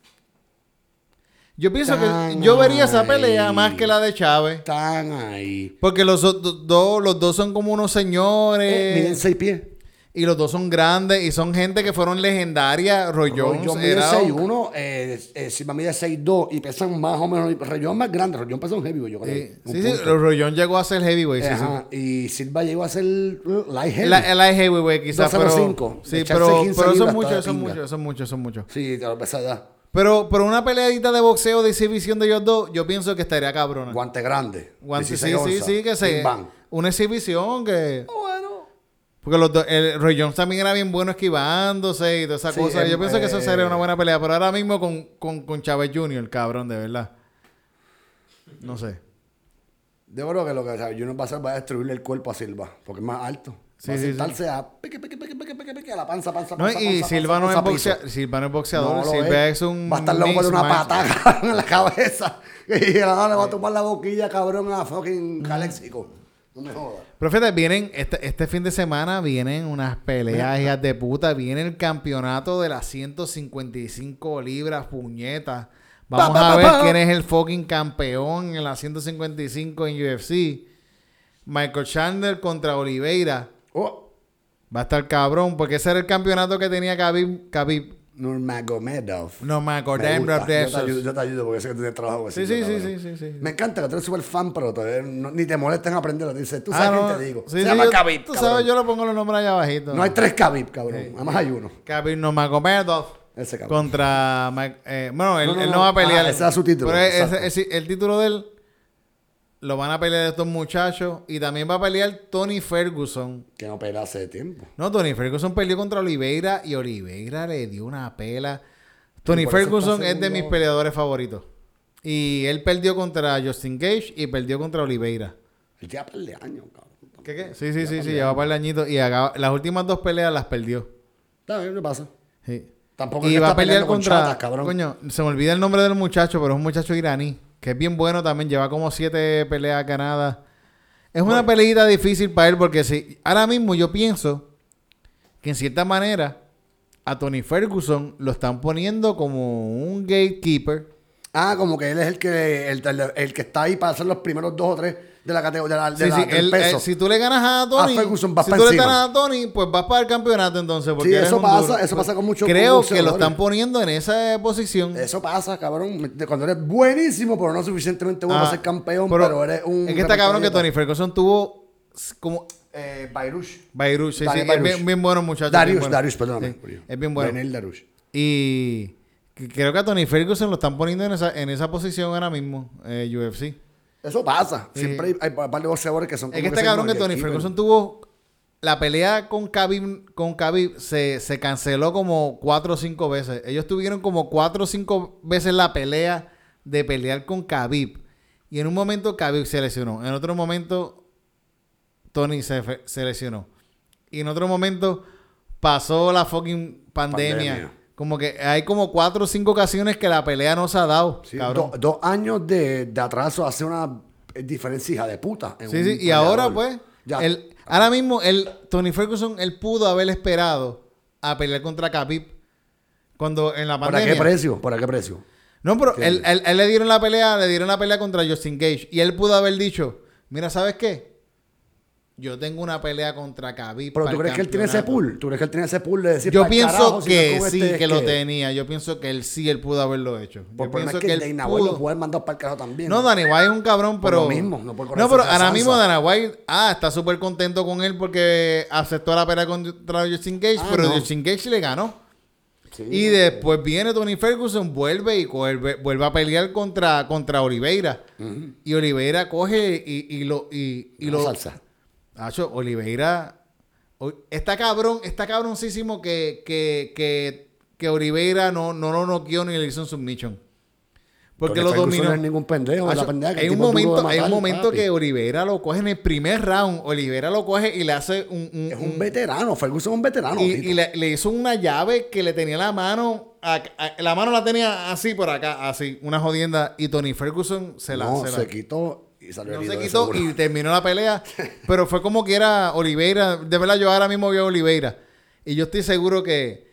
Yo pienso Tan que yo vería esa pelea ahí. más que la de Chávez. mía. Están ahí. Porque los do- do- do- los dos son como unos señores. Eh, miden seis pies. Y los dos son grandes y son gente que fueron legendarias. Roy Jones Roy Jones mide era... seis uno, eh, eh, Silva mide seis dos y pesan más o menos. Roy Jones es más grande, Roy Jones pesa un heavyweight, yo creo. Sí, un sí, sí, punto. Roy Jones llegó a ser heavyweight. Sí, sí. Ajá, y Silva llegó a ser uh, light heavy. La, el light heavyweight quizás, pero... doscientos cinco. Sí, Echarse pero, quince pero son libras muchos, está de son pinga. muchos, son muchos, son muchos. Sí, te lo pesa ya. Pero, pero una peleadita de boxeo de exhibición de ellos dos, yo pienso que estaría cabrona. Guante grande. Guante, sí, dieciséis sí, onzas. sí, que se... Bim, bam. Una exhibición que... Bueno. Porque los dos... El Roy Jones también era bien bueno esquivándose y toda esa Sí, cosa. em, Yo pienso que eso sería eh, una buena pelea. Pero ahora mismo con, con, con Chávez junior, cabrón, de verdad. No sé. Yo creo que lo que o sea, Junior va a hacer va a destruirle el cuerpo a Silva, porque es más alto. Sí, va a sí, sentarse a pique, pique, pique, pique, pique, pique, a la panza, panza, No, panza, y panza, Silva no, panza, es panza, boxea- piso. Silva no es boxeador. No lo Silva es. es un... Va a estar loco por mixed una match. patada cabrón, en la cabeza. Y le va a tomar la boquilla, cabrón, a fucking Caléxico. No me jodas. Pero fíjate, vienen, este, este fin de semana vienen unas peleas hijas de puta. Viene el campeonato de las ciento cincuenta y cinco libras, puñetas. Vamos Pa, pa, a pa, ver pa. quién es el fucking campeón en las ciento cincuenta y cinco en U F C. Michael Chandler contra Oliveira. Oh, Va a estar cabrón, porque ese era el campeonato que tenía Khabib. Khabib. Nurmagomedov. No me Me acordé gusta. de Yo te ayudo, esos. yo te ayudo porque sé que tú tienes trabajo. Sí, sí, sí, sí, sí, sí. Me encanta que tú eres súper fan, pero todavía no- ni te molestes en aprenderlo. Dices, tú Ah, sabes no. quién te digo. Sí, Se sí, llama yo- Khabib, Tú cabrón. sabes, yo le pongo los nombres allá abajito. No hay tres Khabib, cabrón. Nada más hay uno. Khabib Nurmagomedov Ese cabrón. contra Mike- eh, bueno, él No, no, no, él no. no va a pelear. Ah, ese era su título, Pero ese- exacto. ese- el título de él lo van a pelear estos muchachos y también va a pelear Tony Ferguson. Que no pelea hace tiempo. No, Tony Ferguson peleó contra Oliveira y Oliveira le dio una pela. Tony por eso Ferguson está es de mis segundo. peleadores favoritos. Y él perdió contra Justin Gage y perdió contra Oliveira. Él ya pelea años, cabrón. ¿Qué qué? Sí, sí, sí, sí, lleva par de añitos y acaba- las últimas dos peleas las perdió. Está bien, ¿qué pasa? Sí. Tampoco es Y que va a está pelear peleando con contra. chatas, cabrón. Coño, se me olvida el nombre del muchacho, pero es un muchacho iraní. Que es bien bueno también. Lleva como siete peleas ganadas. Es una peleita difícil para él porque si ahora mismo yo pienso que en cierta manera a Tony Ferguson lo están poniendo como un gatekeeper. Ah, como que él es el que el, el- el que está ahí para hacer los primeros dos o tres de la categoría de la, de Sí, la- sí, del él- peso. él- si tú le ganas a Tony, A Ferguson vas si pa' tú le encima. ganas a Tony, pues vas para el campeonato entonces. Porque Sí, eres eso un pasa, duro. eso pasa con muchos Creo que lo boxeadores. están poniendo en esa posición. Eso pasa, cabrón. De cuando eres buenísimo, pero no suficientemente bueno Ah, para ser campeón, pero, eres un... Es que está cabrón que representante. Tony Ferguson tuvo s- como... Eh, Bairush. Bairush, sí, sí, Daniel es Bairush. bien, bien bueno muchacho. Darius, bien bueno. Darius, perdóname. Sí, es bien bueno. Daniel Darius. Y que creo que a Tony Ferguson lo están poniendo en esa, en esa posición ahora mismo, eh, U F C. Eso pasa. Sí. Siempre hay, hay par de boxeadores que son Es como que este se cabrón que llaman, Tony el Ferguson keeper. tuvo... La pelea con Khabib, con Khabib se, se canceló como cuatro o cinco veces. Ellos tuvieron como cuatro o cinco veces la pelea de pelear con Khabib. Y en un momento Khabib se lesionó. En otro momento Tony se, fe- se lesionó. Y en otro momento pasó la fucking pandemia. Pandemia. Como que hay como cuatro o cinco ocasiones que la pelea no se ha dado. Sí, cabrón. do- dos años de, de atraso hace una diferencia hija de puta. en Sí, un sí. Y peleador. ahora pues... Ya. El, ahora mismo el Tony Ferguson él pudo haber esperado a pelear contra Khabib cuando en la ¿Por pandemia. qué precio? ¿Por qué precio? No, pero él, ¿Entiendes? él- él le dieron la pelea, le dieron la pelea contra Justin Gage y él pudo haber dicho, mira, ¿sabes qué? Yo tengo una pelea contra Khabib. Pero para tú el crees que él tiene ese campeonato". pool. ¿Tú crees que él tiene ese pool de decir Yo "Pa'l pienso carajo, si que no con sí, este, que lo ¿qué?" tenía. Yo pienso que él sí, él pudo haberlo hecho. Por Yo problema pienso es que, que el él Dana White lo pudo. pudo haber mandado para el carajo también. No, Danny White es un cabrón, Por pero... lo mismo, no por No, pero esa ahora salsa. mismo Dana White, ah, está súper contento con él porque aceptó la pelea contra Justin Gage, Ah, pero no. Justin Gage le ganó. Sí, Y después viene Tony Ferguson, vuelve y vuelve, vuelve a pelear contra, contra Oliveira. Y Oliveira coge y, y lo... Y, y una lo salsa. Hacho, Oliveira... o- Está cabrón, está cabroncísimo que, que, que, que Oliveira no, no lo noqueó ni le hizo un submission. Porque, lo Ferguson dominó. no es ningún pendejo. Hacho, la pendeja que hay el un tipo es duro de momento, hay un matar, momento papi. que Oliveira lo coge en el primer round. Oliveira lo coge y le hace un... un- Es un un- veterano. Ferguson es un veterano. y, Tito. y le, le hizo una llave que le tenía la mano... a- a- la mano la tenía así por acá, así, una jodienda. Y Tony Ferguson se la... no, se se, la- quitó y salió no herido se de quitó seguro. y terminó la pelea. Pero fue como que era Oliveira. De verdad, yo ahora mismo veo a Oliveira. Y yo estoy seguro que...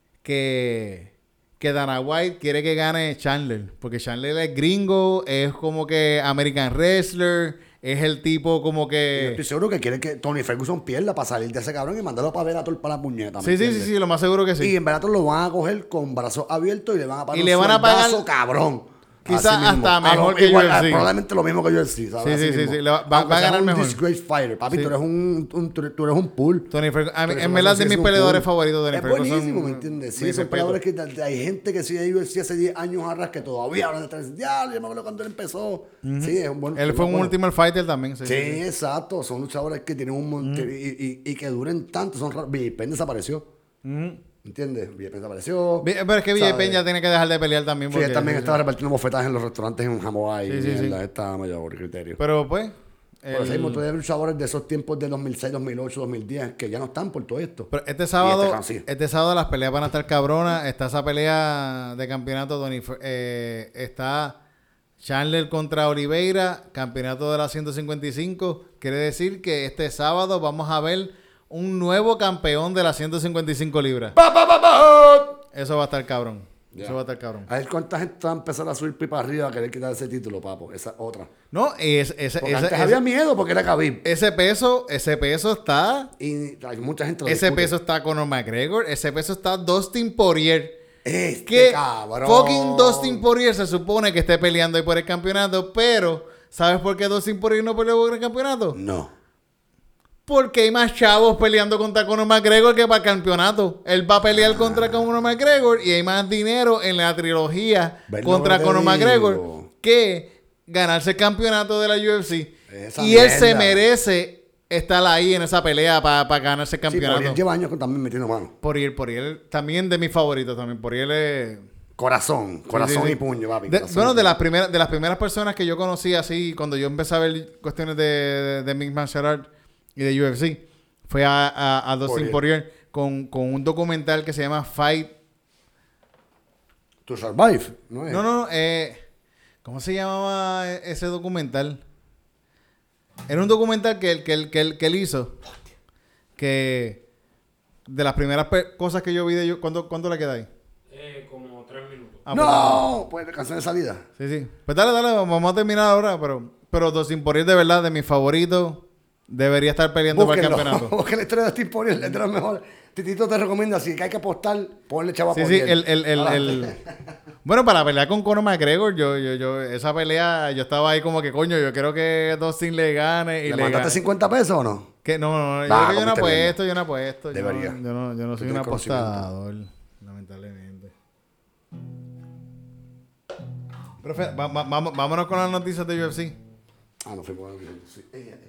Que... Que Dana White quiere que gane Chandler. Porque Chandler es gringo. Es como que American Wrestler. Es el tipo como Yo que... estoy seguro que quiere que Tony Ferguson pierda para salir de ese cabrón y mandarlo para Bellator para la puñeta. ¿me Sí, sí, sí, entiendes? sí. Lo más seguro que Y sí. en Bellator lo van a coger con brazos abiertos y le van a pagar Y un le van a pagar- sueldazo, cabrón. Quizás Así mismo. hasta A lo- mejor que igual, U F C. Probablemente lo mismo que U F C, ¿sabes? Sí, Así sí, sí, mismo. sí. Le va- va- Aunque va a seas ganar un mejor. disgrace fighter. Papi, Sí. tú eres un, un- tú eres- tú eres un pool. Tony Ferguson... a mí- Tony en Ferguson verdad, de sí mis es un peleadores pool. favoritos, Tony Es Ferguson... buenísimo, ¿me entiendes? Sí, mis son respetos. peleadores que hay gente que sigue U F C hace diez años atrás que todavía hablan de tres. Ya, yo me acuerdo cuando él empezó. Sí, es un buen... Él fue un bueno. Ultimate Fighter también. Sí, Sí, sí, sí. exacto. Son luchadores que tienen un montón y, y, y que duren tanto. Son raros. Billy Penn desapareció. ¿Entiendes? Billy Penn desapareció. Vi- Pero es que Villa ¿sabes? Peña tiene que dejar de pelear también. Sí, Porque, él también sí, estaba sí. repartiendo bofetadas en los restaurantes en Hawái. Sí, Sí, sí, sí. Está mayor criterio. Pero pues... Por eso el- hay un montón de luchadores de esos tiempos de dos mil seis, dos mil ocho, dos mil diez que ya no están por todo esto. Pero este Y sábado, este Francis. este sábado las peleas van a estar cabronas. Está esa pelea de campeonato. Tony, Fer- eh, está Chandler contra Oliveira, campeonato de la ciento cincuenta y cinco. Quiere decir que este sábado vamos a ver un nuevo campeón de las ciento cincuenta y cinco libras. ¡Pa, pa, pa, pa! Eso va a estar cabrón. Ya. Eso va a estar cabrón. A ver cuánta gente va a empezar a subir pipa arriba a querer quitar ese título, papo. Esa otra. No, es, ese, Porque ese, antes ese- había miedo porque era Khabib. ese peso, ese peso está... Y hay mucha gente lo Ese discute. peso está Conor McGregor. Ese peso está Dustin Poirier. Este Que cabrón. fucking Dustin Poirier se supone que esté peleando ahí por el campeonato, pero ¿sabes por qué Dustin Poirier no peleó por el campeonato? No. Porque hay más chavos peleando contra Conor McGregor que para el campeonato. Él va a pelear contra Conor McGregor y hay más dinero en la trilogía ¿Ves lo contra que te Conor digo? McGregor que ganarse el campeonato de la U F C. Esa Y él se mierda. merece estar ahí en esa pelea para ganarse el Sí, campeonato. Poirier lleva años con- también metiendo mano. Poirier, Poirier, también de mis favoritos también. Poirier es... Corazón. Corazón Sí, sí, sí. y puño, papi. De- corazón bueno, y de puño. las primeras de las primeras personas que yo conocí así, cuando yo empecé a ver cuestiones de, de, de Mixed Martial Arts y de U F C, fue a, a, a Dustin Poirier. Poirier con, con un documental que se llama Fight. To Survive, ¿no es? No, no, no. Eh, ¿Cómo se llamaba e- ese documental? Era un documental que, él- que, él- que, él- que él hizo. Que de las primeras pe- cosas que yo vi de ellos. ¿Cuánto, cuánto le queda ahí? Eh, como tres minutos. Ah, pues, ¡No! Pues canción de salida. Sí, sí. Pues dale, dale, vamos a terminar ahora, pero, pero Dustin Poirier de verdad, de mis favoritos, debería estar peleando para el Búsquenlo. campeonato. Busquen la historia de Steve Poirier, es de los mejores. Titito te recomienda, si hay que apostar, ponle chava Sí, sí, Poirier. el, el, el, el- Bueno, para pelear con Conor McGregor, yo, yo, yo, esa pelea, yo estaba ahí como que, coño, yo creo que Dustin le gane y ¿Le le, mandaste gane. cincuenta pesos o no? Que no, no, no, yo, Bah, creo que yo no comiste bien. apuesto, yo no apuesto. Yo Debería. no, yo no, yo no soy Tú un tienes conocimiento. apostador, lamentablemente. Profe, va- va- vamos- vámonos con las noticias de U F C. Ah, no fuimos a la sí. Ey, ey, ey.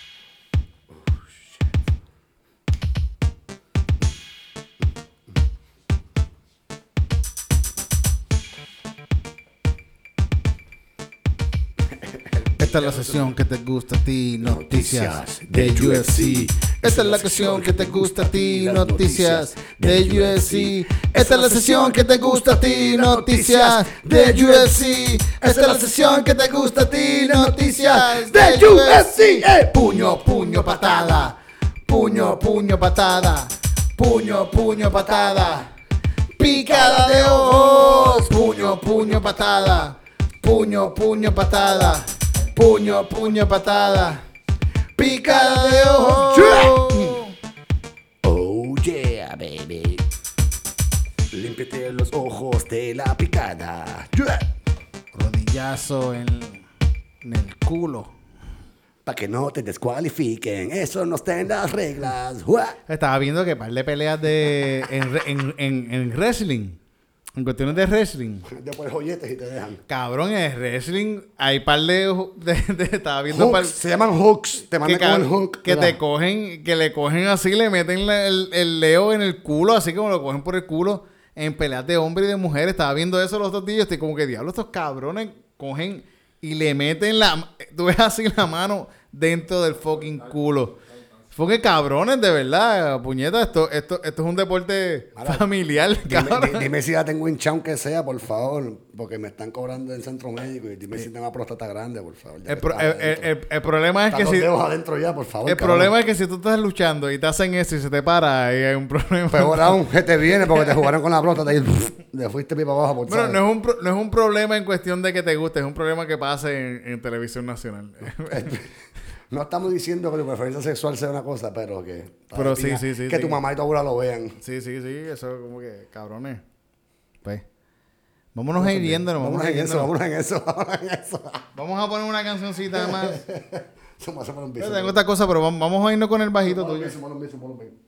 Esta es la sesión que te gusta a ti, noticias de U F C. Esta es la sesión que te gusta a ti, noticias de U F C. Esta es la sesión que te gusta a ti, noticias de U F C. Esta es la sesión que te gusta a ti, noticias de U F C. Eh, Puño, puño, patada. Puño, puño, patada. Puño, puño, patada. Picada de ojos. Puño, puño, patada. Puño, puño, patada. Puño, puño, patada. Picada de ojos. Oh yeah, baby. Límpiate los ojos de la picada. Yeah. Rodillazo en, en el culo. Para que no te descualifiquen. Eso no está en las reglas. Uah. Estaba viendo que par de peleas de en, re- en, en, en wrestling. En cuestiones de wrestling. Después joyetes y te dejan. Cabrón, en el wrestling hay par de... de, de- estaba viendo par, Hooks, se llaman hooks. Te que, mandan con cab- el hook. que ¿verdad? te cogen, que le cogen así, le meten la- el, el leo en el culo, así como lo cogen por el culo en peleas de hombre y de mujer. Estaba viendo eso los otros días, estoy como que diablo, estos cabrones cogen y le meten la... Tú ves así la mano dentro del fucking culo. Fucking cabrones, de verdad, puñeta, esto, esto, esto es un deporte Ahora, familiar, Dime, cabrón. di- dime si ya tengo hinchado aunque sea, por favor. Porque me están cobrando en centro médico. Y dime si tengo una próstata grande, por favor. ya El, que pro- está el- adentro. el- el- el problema es Está que dos si... dedos adentro ya, por favor. El cabrón. problema es que si tú estás luchando y te hacen eso y se te para, ahí hay un problema. Peor aún, que te viene porque te jugaron con la próstata y le fuiste pipa abajo por Bueno, ¿sabes? no es, un pro- no es un problema en cuestión de que te guste, es un problema que pase en, en televisión nacional. No estamos diciendo que tu preferencia sexual sea una cosa, pero que... Pero sí, sí, sí, Que sí. tu mamá y tu abuela lo vean. sí, sí, sí, eso es como que, cabrones. Pues, vámonos a ir yéndonos, Vámonos vámonos a ir en eso, yéndonos. vámonos en eso, vámonos en eso. Vamos a poner una cancioncita más. Eso me hace poner un Yo beso. tengo esta cosa, pero vamos, vamos a irnos con el bajito Ponle un tuyo. beso, ponle un beso, ponle un beso.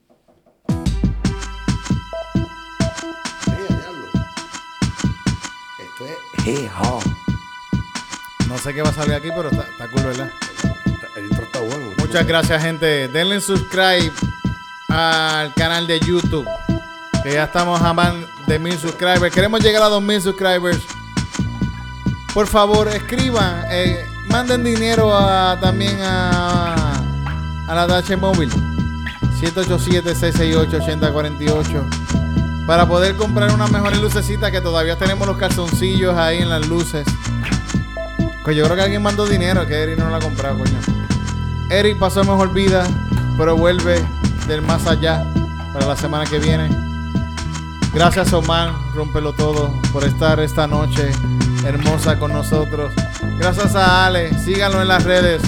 Mira, diablo. Esto es hip-hop. No sé qué va a salir aquí, pero está, está cool, ¿verdad? El intro está bueno. Muchas gracias, gente. Denle subscribe al canal de YouTube. Que ya estamos a más de mil subscribers. Queremos llegar a dos mil subscribers. Por favor, escriban. Eh, manden dinero a, también a, a la Dache Móvil. siete ocho siete, seis seis ocho, ocho cero cuatro ocho. Para poder comprar unas mejores lucecitas, que todavía tenemos los calzoncillos ahí en las luces. Pues yo creo que alguien mandó dinero, que Eric no lo ha comprado, coño. Eric pasó mejor vida, pero vuelve del más allá para la semana que viene. Gracias, Omar, Rómpelo Todo, por estar esta noche hermosa con nosotros. Gracias a Ale, síganlo en las redes.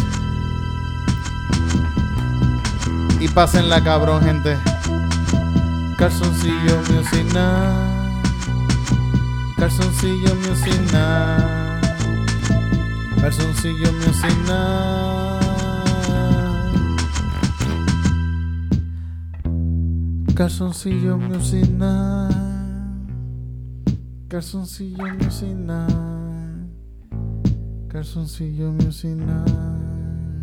Y pásenla, cabrón, gente. Calzoncillo Music Night. Calzoncillo Music Night. Calzoncillo Music Night. Calzoncillo Music Night. Calzoncillo Music Night. Calzoncillo Music Night.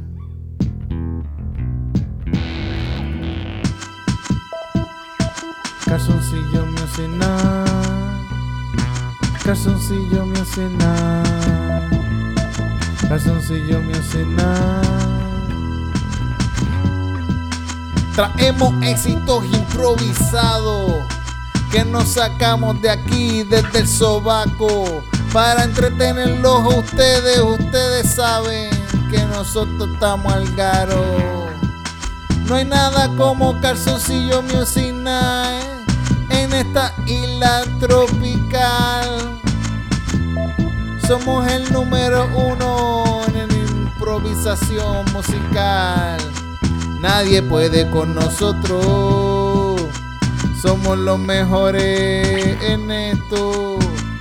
Calzoncillo Music Night. Calzoncillo Music Night. Calzoncillo Music Night. Traemos éxitos improvisados que nos sacamos de aquí desde el sobaco para entretenerlos a ustedes. Ustedes saben que nosotros estamos al garo. No hay nada como Calzoncillo Music Night en esta isla tropical. Somos el número uno en improvisación musical. Nadie puede con nosotros. Somos los mejores en esto.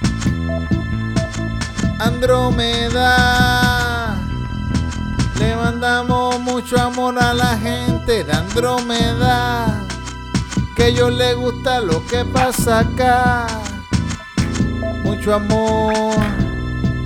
Andrómeda. Le mandamos mucho amor a la gente de Andrómeda. Que a ellos les gusta lo que pasa acá. Mucho amor